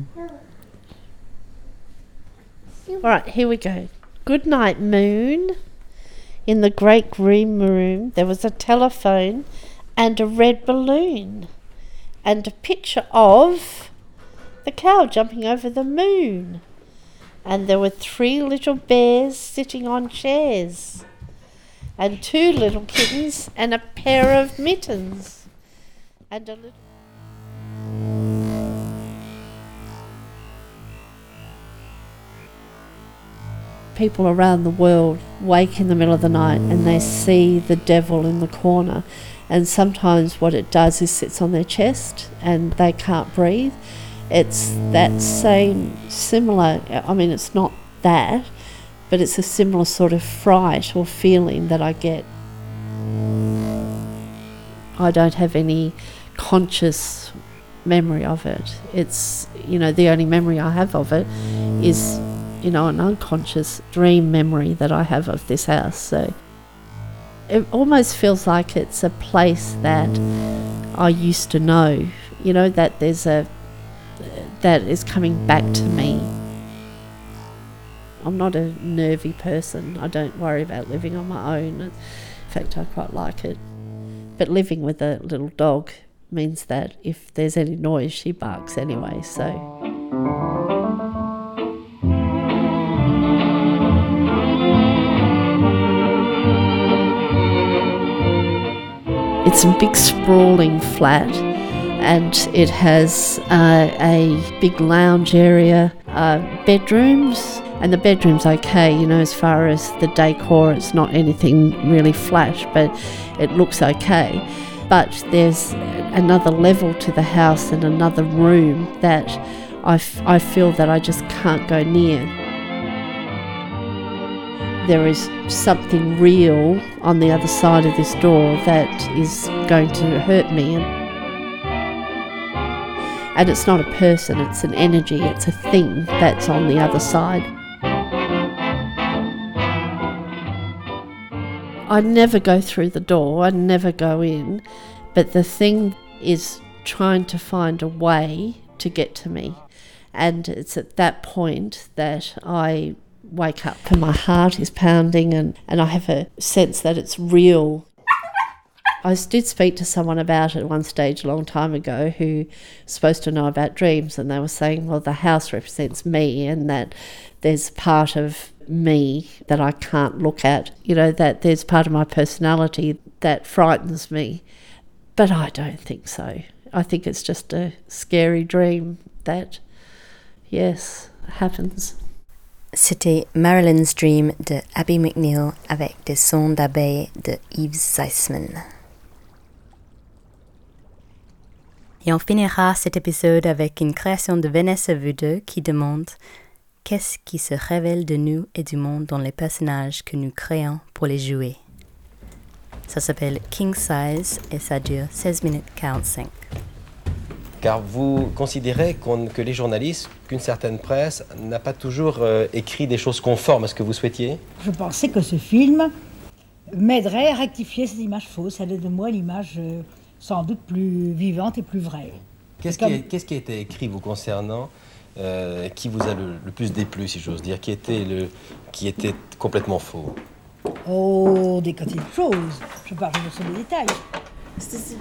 All right, here we go. Good night, Moon. In the great green room, there was a telephone and a red balloon and a picture of the cow jumping over the moon. And there were three little bears sitting on chairs and two little kittens and a pair of mittens and a little... people around the world wake in the middle of the night and they see the devil in the corner, and sometimes what it does is sits on their chest and they can't breathe. It's that same similar, I mean it's not that, but it's a similar sort of fright or feeling that I get. I don't have any conscious memory of it. It's, you know, the only memory I have of it is, you know, an unconscious dream memory that I have of this house. So it almost feels like it's a place that I used to know, you know, that there's a, that is coming back to me. I'm not a nervy person. I don't worry about living on my own. In fact, I quite like it. But living with a little dog means that if there's any noise, she barks anyway, so. It's a big sprawling flat, and it has uh, a big lounge area, uh, bedrooms, and the bedroom's okay, you know, as far as the decor, it's not anything really flash, but it looks okay. But there's another level to the house and another room that I, f- I feel that I just can't go near. There is something real on the other side of this door that is going to hurt me. And it's not a person, it's an energy, it's a thing that's on the other side. I never go through the door, I never go in, but the thing is trying to find a way to get to me. And it's at that point that I wake up and my heart is pounding, and, and I have a sense that it's real. I did speak to someone about it at one stage a long time ago who was supposed to know about dreams, and they were saying, well, the house represents me, and that there's part of me that I can't look at, you know, that there's part of my personality that frightens me. But I don't think so. I think it's just a scary dream that, yes, happens. C'était Marilyn's Dream de Abby McNeil avec des sons d'abeilles de Yves Zeissman. Et on finira cet épisode avec une création de Vanessa Vude qui demande « Qu'est-ce qui se révèle de nous et du monde dans les personnages que nous créons pour les jouer ?» Ça s'appelle King Size et ça dure seize minutes quarante-cinq. Car vous considérez qu'on, que les journalistes, qu'une certaine presse n'a pas toujours euh, écrit des choses conformes à ce que vous souhaitiez ? Je pensais que ce film m'aiderait à rectifier ces images fausses, à donner de moi l'image euh, sans doute plus vivante et plus vraie. Qu'est-ce, comme... qui, est, qu'est-ce qui a été écrit vous concernant euh, qui vous a le, le plus déplu, si j'ose dire, qui était, le, qui était complètement faux ? Oh, des quantités de choses. Je parle de sur les détails. C'est...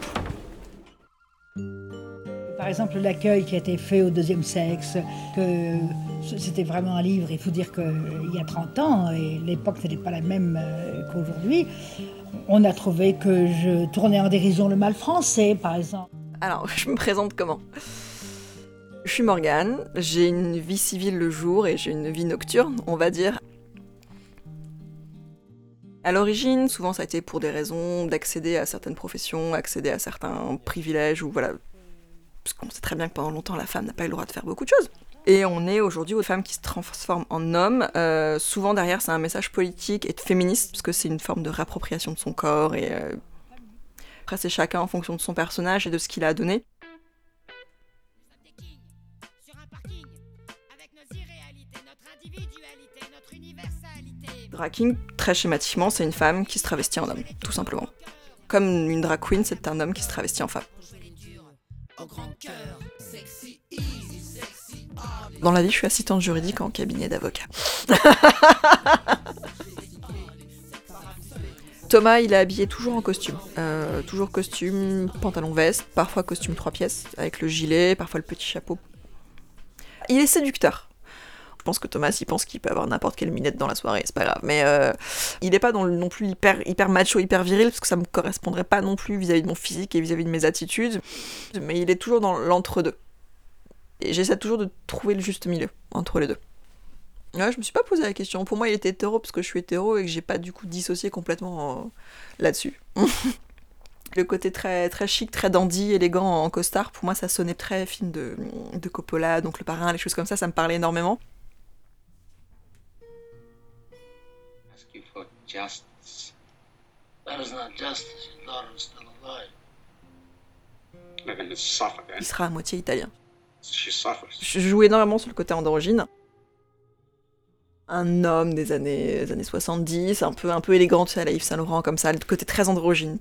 Par exemple, l'accueil qui a été fait au deuxième sexe, que c'était vraiment un livre, il faut dire qu'il y a trente ans, et l'époque n'était pas la même qu'aujourd'hui, on a trouvé que je tournais en dérision le mal français, par exemple. Alors, je me présente comment ? Je suis Morgane, j'ai une vie civile le jour et j'ai une vie nocturne, on va dire. À l'origine, souvent ça a été pour des raisons d'accéder à certaines professions, accéder à certains privilèges, ou voilà... Parce qu'on sait très bien que pendant longtemps, la femme n'a pas eu le droit de faire beaucoup de choses. Et on est aujourd'hui aux femmes qui se transforment en hommes. Euh, souvent derrière, c'est un message politique et féministe, parce que c'est une forme de réappropriation de son corps. Et euh... après, c'est chacun en fonction de son personnage et de ce qu'il a donné. Drag king, très schématiquement, c'est une femme qui se travestit en homme, tout simplement. Comme une drag queen, c'est un homme qui se travestit en femme. Dans la vie, je suis assistante juridique en cabinet d'avocat. Thomas, il est habillé toujours en costume. Euh, toujours costume, pantalon veste, parfois costume trois pièces, avec le gilet, parfois le petit chapeau. Il est séducteur. Je pense que Thomas, il pense qu'il peut avoir n'importe quelle minette dans la soirée, c'est pas grave. Mais euh, il est pas dans le, non plus hyper, hyper macho, hyper viril, parce que ça me correspondrait pas non plus vis-à-vis de mon physique et vis-à-vis de mes attitudes. Mais il est toujours dans l'entre-deux. Et j'essaie toujours de trouver le juste milieu entre les deux. Ouais, je me suis pas posé la question. Pour moi, il était hétéro parce que je suis hétéro et que j'ai pas du coup dissocié complètement euh, là-dessus. Le côté très, très chic, très dandy, élégant en costard, pour moi, ça sonnait très film de, de Coppola, donc Le Parrain, les choses comme ça, ça me parlait énormément. Ask you for justice. That is not justice. Your daughter is still alive. Living to suffer, then. Il sera à moitié italien. She suffers. Je joue énormément sur le côté androgyne. Un homme des années, des années soixante-dix, un peu, un peu élégant, tu sais, à la Yves Saint Laurent, comme ça, le côté très androgyne.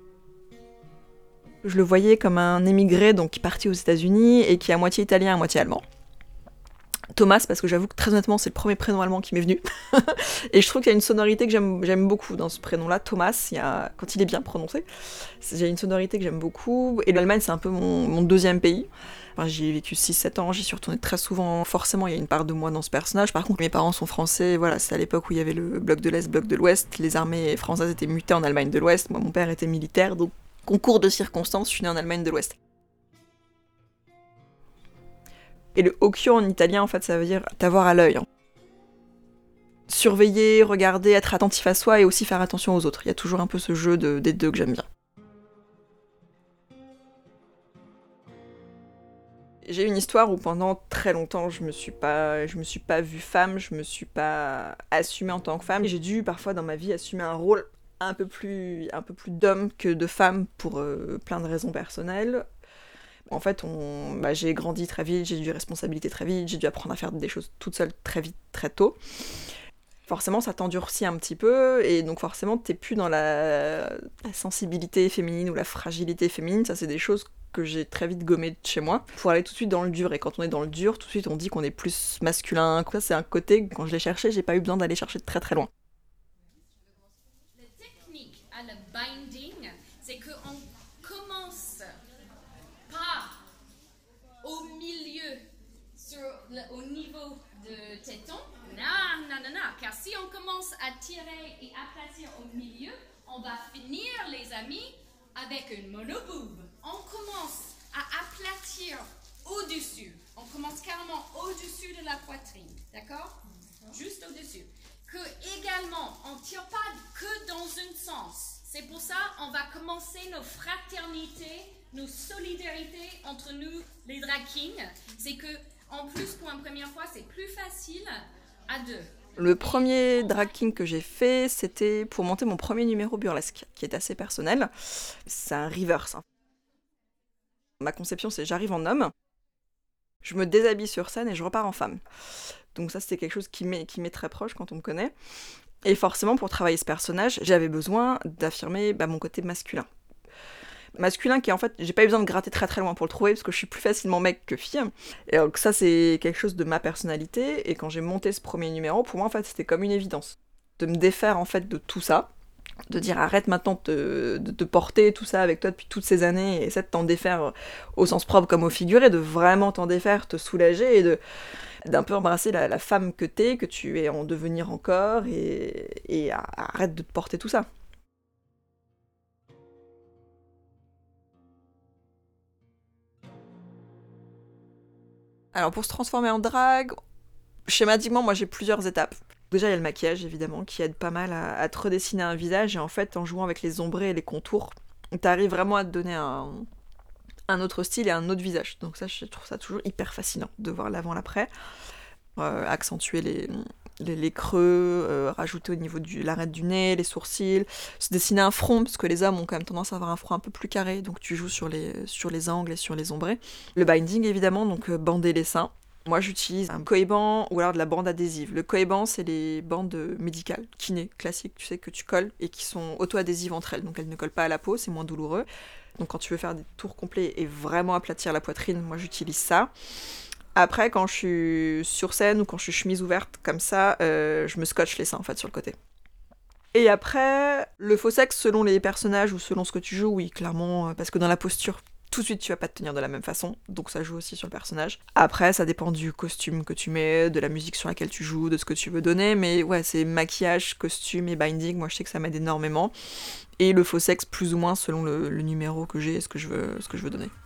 Je le voyais comme un émigré donc qui partit aux États-Unis et qui est à moitié italien, à moitié allemand. Thomas, parce que j'avoue que très honnêtement, c'est le premier prénom allemand qui m'est venu. Et je trouve qu'il y a une sonorité que j'aime, j'aime beaucoup dans ce prénom-là. Thomas, il y a, quand il est bien prononcé, j'ai une sonorité que j'aime beaucoup. Et l'Allemagne, c'est un peu mon, mon deuxième pays. Enfin, j'y ai vécu six sept ans, j'y suis retournée très souvent. Forcément, il y a une part de moi dans ce personnage. Par contre, mes parents sont français. Voilà, c'est à l'époque où il y avait le bloc de l'Est, bloc de l'Ouest. Les armées françaises étaient mutées en Allemagne de l'Ouest. Moi, mon père était militaire, donc concours de circonstances, je suis née en Allemagne de l'Ouest. Et le occhio en italien, en fait, ça veut dire t'avoir à l'œil. Hein. Surveiller, regarder, être attentif à soi et aussi faire attention aux autres. Il y a toujours un peu ce jeu de, des deux que j'aime bien. J'ai une histoire où pendant très longtemps, je me suis pas, je me suis pas vue femme, je me suis pas assumée en tant que femme. J'ai dû parfois dans ma vie assumer un rôle un peu plus, un peu plus d'homme que de femme pour euh, plein de raisons personnelles. En fait, on, bah, j'ai grandi très vite, j'ai eu des responsabilités très vite, j'ai dû apprendre à faire des choses toute seule très vite, très tôt. Forcément, ça t'endurcit un petit peu, et donc forcément, t'es plus dans la, la sensibilité féminine ou la fragilité féminine. Ça, c'est des choses que j'ai très vite gommées de chez moi, pour aller tout de suite dans le dur. Et quand on est dans le dur, tout de suite, on dit qu'on est plus masculin. Ça, c'est un côté, quand je l'ai cherché, j'ai pas eu besoin d'aller chercher de très très loin. La technique à le binding, c'est qu'on commence par au milieu, sur le, au niveau de téton. Non, non, non, non, car si on commence à tirer et aplatir au milieu, on va finir, les amis, avec une monoboob. On commence à aplatir au-dessus. On commence carrément au-dessus de la poitrine, d'accord? Juste au-dessus. Que également, on ne tire pas que dans un sens. C'est pour ça qu'on va commencer nos fraternités, nos solidarités entre nous, les drag kings. C'est que, en plus, pour une première fois, c'est plus facile à deux. Le premier drag king que j'ai fait, c'était pour monter mon premier numéro burlesque, qui est assez personnel. C'est un reverse. Hein. Ma conception, c'est j'arrive en homme, je me déshabille sur scène et je repars en femme. Donc ça, c'était quelque chose qui m'est, qui m'est très proche quand on me connaît. Et forcément, pour travailler ce personnage, j'avais besoin d'affirmer bah, mon côté masculin. Masculin qui, en fait, j'ai pas eu besoin de gratter très très loin pour le trouver, parce que je suis plus facilement mec que fille. Et donc ça, c'est quelque chose de ma personnalité. Et quand j'ai monté ce premier numéro, pour moi, en fait, c'était comme une évidence. De me défaire, en fait, de tout ça. De dire arrête maintenant de, de te porter tout ça avec toi depuis toutes ces années, et essaie de t'en défaire au sens propre comme au figuré, de vraiment t'en défaire, te soulager, et de d'un peu embrasser la, la femme que t'es, que tu es en devenir encore, et, et arrête de te porter tout ça. Alors pour se transformer en drague, schématiquement, moi j'ai plusieurs étapes. Déjà il y a le maquillage évidemment qui aide pas mal à, à te redessiner un visage, et en fait en jouant avec les ombrés et les contours, t'arrives vraiment à te donner un, un autre style et un autre visage. Donc ça, je trouve ça toujours hyper fascinant de voir l'avant l'après. Euh, accentuer les, les, les creux, euh, rajouter au niveau de l'arête du nez, les sourcils, se dessiner un front, parce que les hommes ont quand même tendance à avoir un front un peu plus carré, donc tu joues sur les, sur les angles et sur les ombrés. Le binding évidemment, donc euh, bander les seins. Moi, j'utilise un cohébant ou alors de la bande adhésive. Le cohébant, c'est les bandes médicales, kiné, classiques, tu sais, que tu colles et qui sont auto-adhésives entre elles. Donc, elles ne collent pas à la peau, c'est moins douloureux. Donc, quand tu veux faire des tours complets et vraiment aplatir la poitrine, moi, j'utilise ça. Après, quand je suis sur scène ou quand je suis chemise ouverte comme ça, euh, je me scotche les seins, en fait, sur le côté. Et après, le faux sexe, selon les personnages ou selon ce que tu joues, oui, clairement, parce que dans la posture, tout de suite, tu vas pas te tenir de la même façon, donc ça joue aussi sur le personnage. Après, ça dépend du costume que tu mets, de la musique sur laquelle tu joues, de ce que tu veux donner, mais ouais, c'est maquillage, costume et binding, moi je sais que ça m'aide énormément. Et le faux sexe, plus ou moins, selon le, le numéro que j'ai et ce que je veux, ce que je veux donner.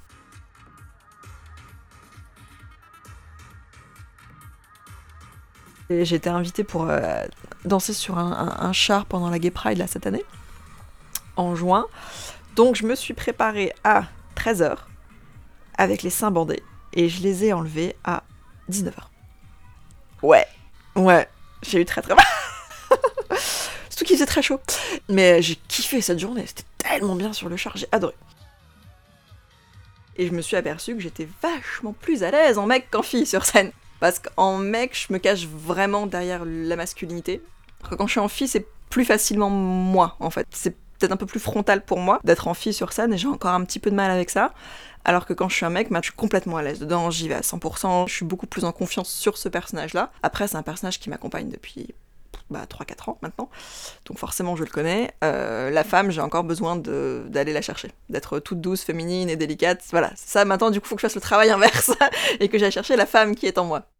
Et j'ai été invitée pour euh, danser sur un, un, un char pendant la Gay Pride là, cette année, en juin. Donc je me suis préparée à treize heures avec les seins bandés et je les ai enlevés à dix-neuf heures. Ouais, ouais, j'ai eu très très mal. Surtout qu'il faisait très chaud. Mais j'ai kiffé cette journée, c'était tellement bien sur le char, j'ai adoré. Et je me suis aperçue que j'étais vachement plus à l'aise en mec qu'en fille sur scène. Parce qu'en mec, je me cache vraiment derrière la masculinité. Quand je suis en fille, c'est plus facilement moi, en fait. C'est peut-être un peu plus frontal pour moi d'être en fille sur scène et j'ai encore un petit peu de mal avec ça. Alors que quand je suis un mec, bah, je suis complètement à l'aise dedans, j'y vais à cent pour cent, je suis beaucoup plus en confiance sur ce personnage-là. Après, c'est un personnage qui m'accompagne depuis bah, trois quatre ans maintenant, donc forcément je le connais. Euh, la femme, j'ai encore besoin de, d'aller la chercher, d'être toute douce, féminine et délicate. Voilà, ça maintenant, du coup, il faut que je fasse le travail inverse et que j'aille chercher la femme qui est en moi.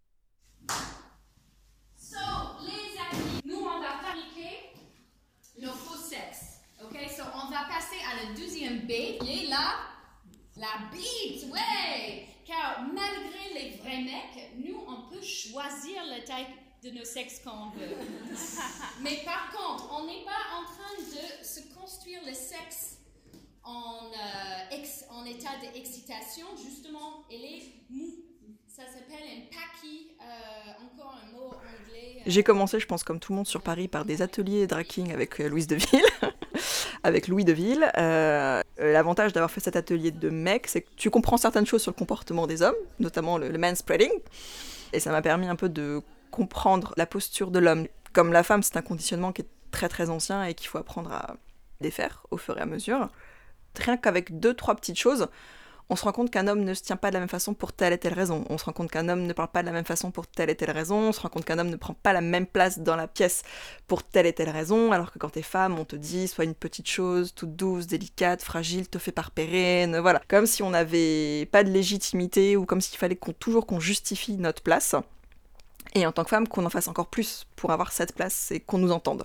So, les amis, nous on va fabriquer nos faux sexes. Ok, so on va passer à la deuxième bait, qui est là. La bite, ouais! Car malgré les vrais mecs, nous, on peut choisir la taille de nos sexes qu'on veut. Mais par contre, on n'est pas en train de se construire le sexe en, euh, ex, en état d'excitation. Justement, elle est mou. Ça s'appelle un packy, euh, encore un mot anglais. Euh... J'ai commencé, je pense, comme tout le monde sur Paris, par des ateliers drag king avec euh, Louise Deville. avec Louis Deville. Euh, l'avantage d'avoir fait cet atelier de mec, c'est que tu comprends certaines choses sur le comportement des hommes, notamment le, le manspreading. Et ça m'a permis un peu de comprendre la posture de l'homme. Comme la femme, c'est un conditionnement qui est très très ancien et qu'il faut apprendre à défaire au fur et à mesure. Rien qu'avec deux, trois petites choses, on se rend compte qu'un homme ne se tient pas de la même façon pour telle et telle raison. On se rend compte qu'un homme ne parle pas de la même façon pour telle et telle raison. On se rend compte qu'un homme ne prend pas la même place dans la pièce pour telle et telle raison. Alors que quand t'es femme, on te dit, sois une petite chose, toute douce, délicate, fragile, te fais pas repérer, ne... voilà. Comme si on n'avait pas de légitimité ou comme s'il fallait qu'on, toujours qu'on justifie notre place. Et en tant que femme, qu'on en fasse encore plus pour avoir cette place et qu'on nous entende.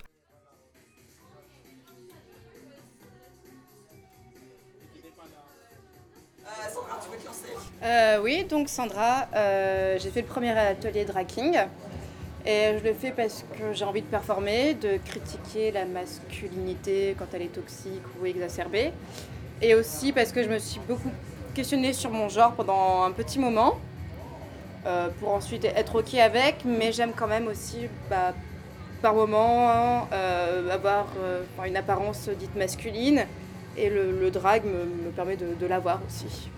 Euh, oui, donc Sandra, euh, j'ai fait le premier atelier drag king et je le fais parce que j'ai envie de performer, de critiquer la masculinité quand elle est toxique ou exacerbée, et aussi parce que je me suis beaucoup questionnée sur mon genre pendant un petit moment, euh, pour ensuite être ok avec, mais j'aime quand même aussi bah, par moment euh, avoir euh, une apparence dite masculine, et le, le drag me, me permet de, de l'avoir aussi.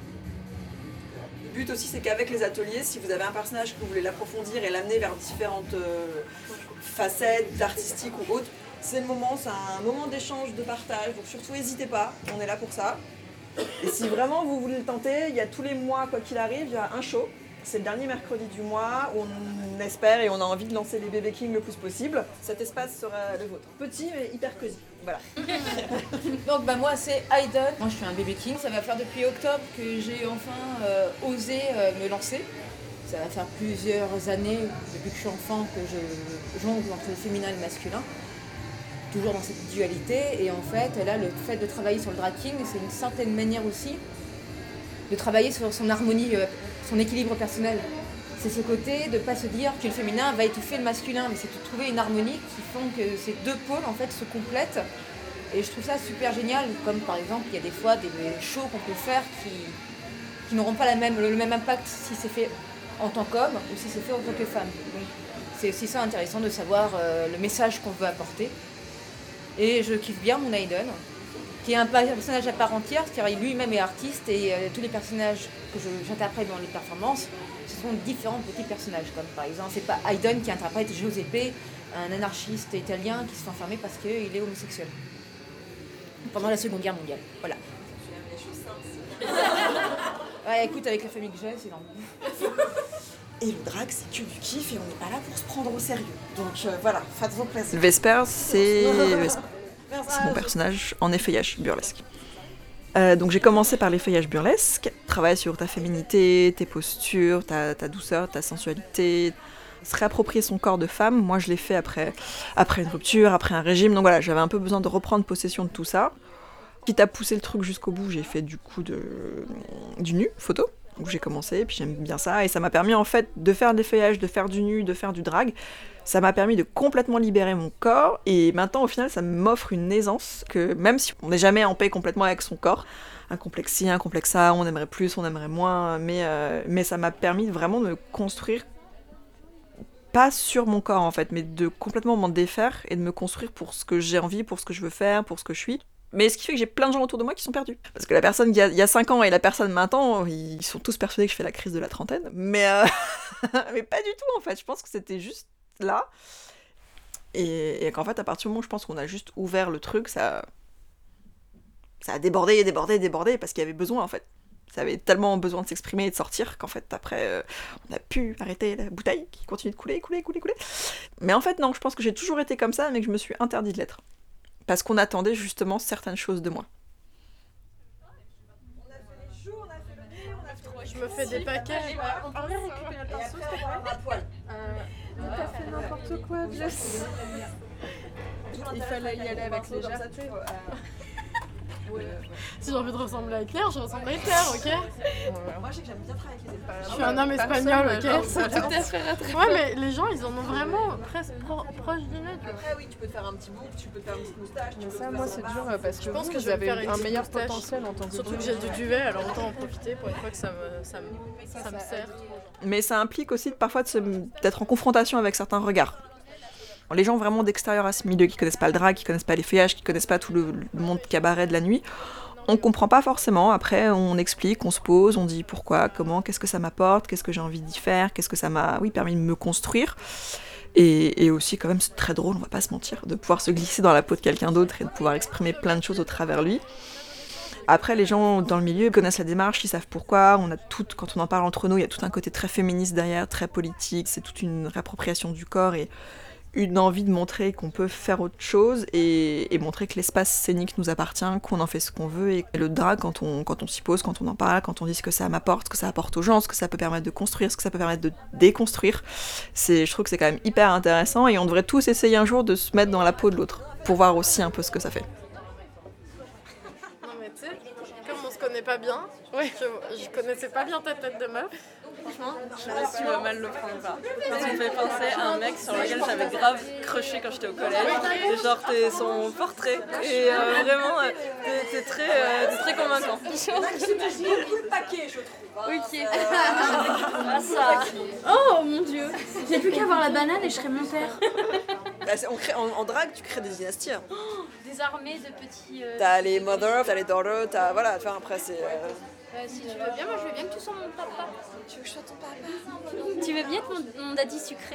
Le but aussi, c'est qu'avec les ateliers, si vous avez un personnage que vous voulez l'approfondir et l'amener vers différentes euh, facettes, artistiques ou autres, c'est le moment, c'est un moment d'échange, de partage, donc surtout n'hésitez pas, on est là pour ça. Et si vraiment vous voulez le tenter, il y a tous les mois, quoi qu'il arrive, il y a un show. C'est le dernier mercredi du mois où on espère et on a envie de lancer les bébés King le plus possible. Cet espace sera le vôtre. Petit mais hyper cosy. Voilà. Donc bah moi c'est Aiden. Moi je suis un bébé King. Ça va faire depuis octobre que j'ai enfin euh, osé euh, me lancer. Ça va faire plusieurs années, depuis que je suis enfant, que je jongle entre le féminin et le masculin. Toujours dans cette dualité. Et en fait, là, le fait de travailler sur le drag king, c'est une certaine manière aussi de travailler sur son harmonie, euh, son équilibre personnel. C'est ce côté de ne pas se dire que le féminin va étouffer le masculin, mais c'est de trouver une harmonie qui font que ces deux pôles en fait se complètent. Et je trouve ça super génial, comme par exemple il y a des fois des shows qu'on peut faire qui, qui n'auront pas la même, le même impact si c'est fait en tant qu'homme ou si c'est fait en tant que femme. Donc c'est aussi ça intéressant de savoir euh, le message qu'on veut apporter. Et je kiffe bien mon Aiden, qui est un personnage à part entière, c'est-à-dire lui-même est artiste et euh, tous les personnages que je, j'interprète dans les performances, ce sont différents petits personnages, comme par exemple, c'est pas Aiden qui interprète Giuseppe, un anarchiste italien qui se fait enfermer parce qu'il est homosexuel. Pendant la Seconde Guerre mondiale, voilà. Ouais, écoute, avec la famille que j'ai, c'est normal. Et le drag, c'est que du kiff et on n'est pas là pour se prendre au sérieux. Donc euh, voilà, faites-vous plaisir. Vesper, c'est... c'est mon personnage en effeuillage burlesque. Euh, donc j'ai commencé par l'effeuillage burlesque, travailler sur ta féminité, tes postures, ta, ta douceur, ta sensualité, se réapproprier son corps de femme. Moi je l'ai fait après, après une rupture, après un régime, donc voilà, j'avais un peu besoin de reprendre possession de tout ça. Quitte à pousser le truc jusqu'au bout, j'ai fait du coup de, du nu, photo. où j'ai commencé, puis j'aime bien ça, et ça m'a permis en fait de faire des feuillages, de faire du nu, de faire du drag. Ça m'a permis de complètement libérer mon corps, et maintenant au final ça m'offre une aisance que même si on n'est jamais en paix complètement avec son corps, un complexe ci, un complexe ça, on aimerait plus, on aimerait moins, mais, euh, mais ça m'a permis vraiment de me construire, pas sur mon corps en fait, mais de complètement m'en défaire et de me construire pour ce que j'ai envie, pour ce que je veux faire, pour ce que je suis. Mais ce qui fait que j'ai plein de gens autour de moi qui sont perdus. Parce que la personne il y a, il y a cinq ans et la personne maintenant, ils sont tous persuadés que je fais la crise de la trentaine. Mais, euh... mais pas du tout en fait, je pense que c'était juste là. Et, et qu'en fait, à partir du moment où je pense qu'on a juste ouvert le truc, ça, ça a débordé, débordé, débordé, parce qu'il y avait besoin en fait. Ça avait tellement besoin de s'exprimer et de sortir qu'en fait, après, euh, on a pu arrêter la bouteille qui continue de couler, couler, couler, couler. Mais en fait, non, je pense que j'ai toujours été comme ça, mais que je me suis interdit de l'être. Parce qu'on attendait justement certaines choses de moi. Je me fais des paquets. On peut récupérer le pinceau, s'il te plaît. T'as fait n'importe quoi, Jess. Il fallait y aller avec légèreté. Si j'ai envie de ressembler à Claire, je ressemble à Claire, ok? Moi, je sais que j'aime bien travailler avec les épaves. Je suis un homme espagnol, ok? Ouais, mais les gens, ils en ont vraiment presque pro- proche du nez. Après, oui, tu peux te faire un petit bouc, tu peux te faire une petite moustache. Mais ça, ça, moi, c'est dur parce que je pense vous, que vous je vais avez faire une un petite meilleur moustache. potentiel en tant que Surtout vous. que j'ai du duvet, alors autant en profiter pour une fois que ça me, ça me, ça me sert. Mais ça implique aussi parfois de se, d'être en confrontation avec certains regards. Les gens vraiment d'extérieur à ce milieu, qui connaissent pas le drag, qui connaissent pas les feuillages, qui connaissent pas tout le, le monde cabaret de la nuit, on comprend pas forcément. Après, on explique, on se pose, on dit pourquoi, comment, qu'est-ce que ça m'apporte, qu'est-ce que j'ai envie d'y faire, qu'est-ce que ça m'a, oui, permis de me construire. Et, et aussi, quand même, c'est très drôle, on va pas se mentir, de pouvoir se glisser dans la peau de quelqu'un d'autre et de pouvoir exprimer plein de choses au travers lui. Après, les gens dans le milieu connaissent la démarche, ils savent pourquoi. On a tout, quand on en parle entre nous, il y a tout un côté très féministe derrière, très politique. C'est toute une réappropriation du corps et une envie de montrer qu'on peut faire autre chose et, et montrer que l'espace scénique nous appartient, qu'on en fait ce qu'on veut. Et le drag, quand on, quand on s'y pose, quand on en parle, quand on dit ce que ça m'apporte, ce que ça apporte aux gens, ce que ça peut permettre de construire, ce que ça peut permettre de déconstruire, c'est, je trouve que c'est quand même hyper intéressant et on devrait tous essayer un jour de se mettre dans la peau de l'autre pour voir aussi un peu ce que ça fait. Non mais tu sais, comme on se connaît pas bien, ouais. je, je connaissais pas bien ta tête de meuf. Franchement, je sais pas si tu vas mal le prendre ou pas. Tu me fais penser à un mec sur lequel j'avais grave crushé quand j'étais au collège. Et genre, t'es son portrait. Et euh, vraiment, euh, t'es, t'es, très, euh, t'es très convaincant. C'est beaucoup le paquet, je trouve. Ok. Ah, ça. Oh mon dieu. J'ai plus qu'à avoir la banane et je serais mon père. Bah, on crée, en, en drague, tu crées des dynasties. Hein. Oh, des armées de petits... Euh, t'as les mother, t'as les daughter, t'as... Voilà, enfin, après c'est... Euh... Euh, si tu veux bien, moi je veux bien que tu sois mon papa. Tu veux que je sois ton papa? Tu veux bien être mon, mon daddy sucré?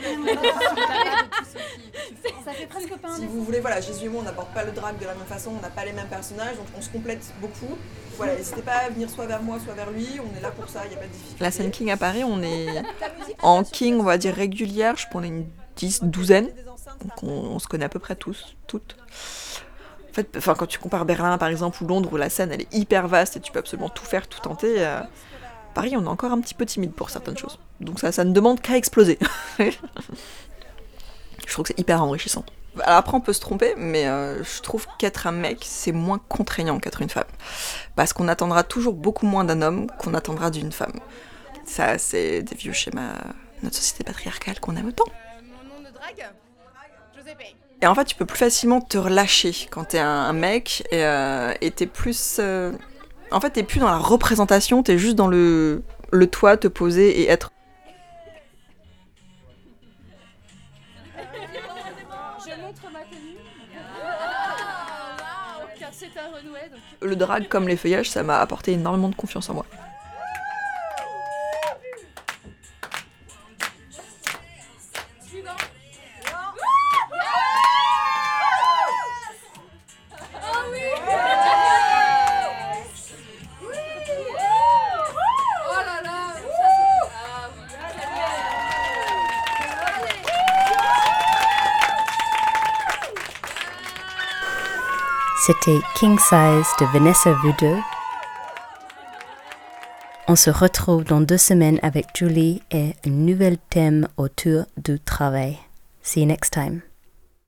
Ça fait presque pas un... Si vous voulez, voilà, Jésus et moi on n'aborde pas le drag de la même façon, on n'a pas les mêmes personnages, donc on se complète beaucoup. Voilà, n'hésitez pas à venir soit vers moi, soit vers lui, on est là pour ça, il n'y a pas de difficulté. La scène King à Paris, on est en King, on va dire régulière, je pense qu'on est une dix, douzaine, donc on, on se connaît à peu près tous, toutes. En fait, enfin, quand tu compares Berlin par exemple ou Londres où la scène elle est hyper vaste et tu peux absolument tout faire, tout tenter, euh, Paris on est encore un petit peu timide pour certaines choses. Donc ça, ça ne demande qu'à exploser. Je trouve que c'est hyper enrichissant. Alors après on peut se tromper, mais euh, je trouve qu'être un mec c'est moins contraignant qu'être une femme. Parce qu'on attendra toujours beaucoup moins d'un homme qu'on attendra d'une femme. Ça c'est des vieux schémas de notre société patriarcale qu'on aime autant. Mon nom de drague, Giuseppe. Et en fait, tu peux plus facilement te relâcher quand t'es un, un mec et, euh, et t'es plus... Euh... En fait, t'es plus dans la représentation, t'es juste dans le, le toi, te poser et être... Je montre ma tenue. Ah, wow, car c'est un renouet. Donc... Le drag, comme les feuillages, ça m'a apporté énormément de confiance en moi. C'était King Size de Vanessa Vudo. On se retrouve dans deux semaines avec Julie et un nouvel thème autour du travail. See you next time.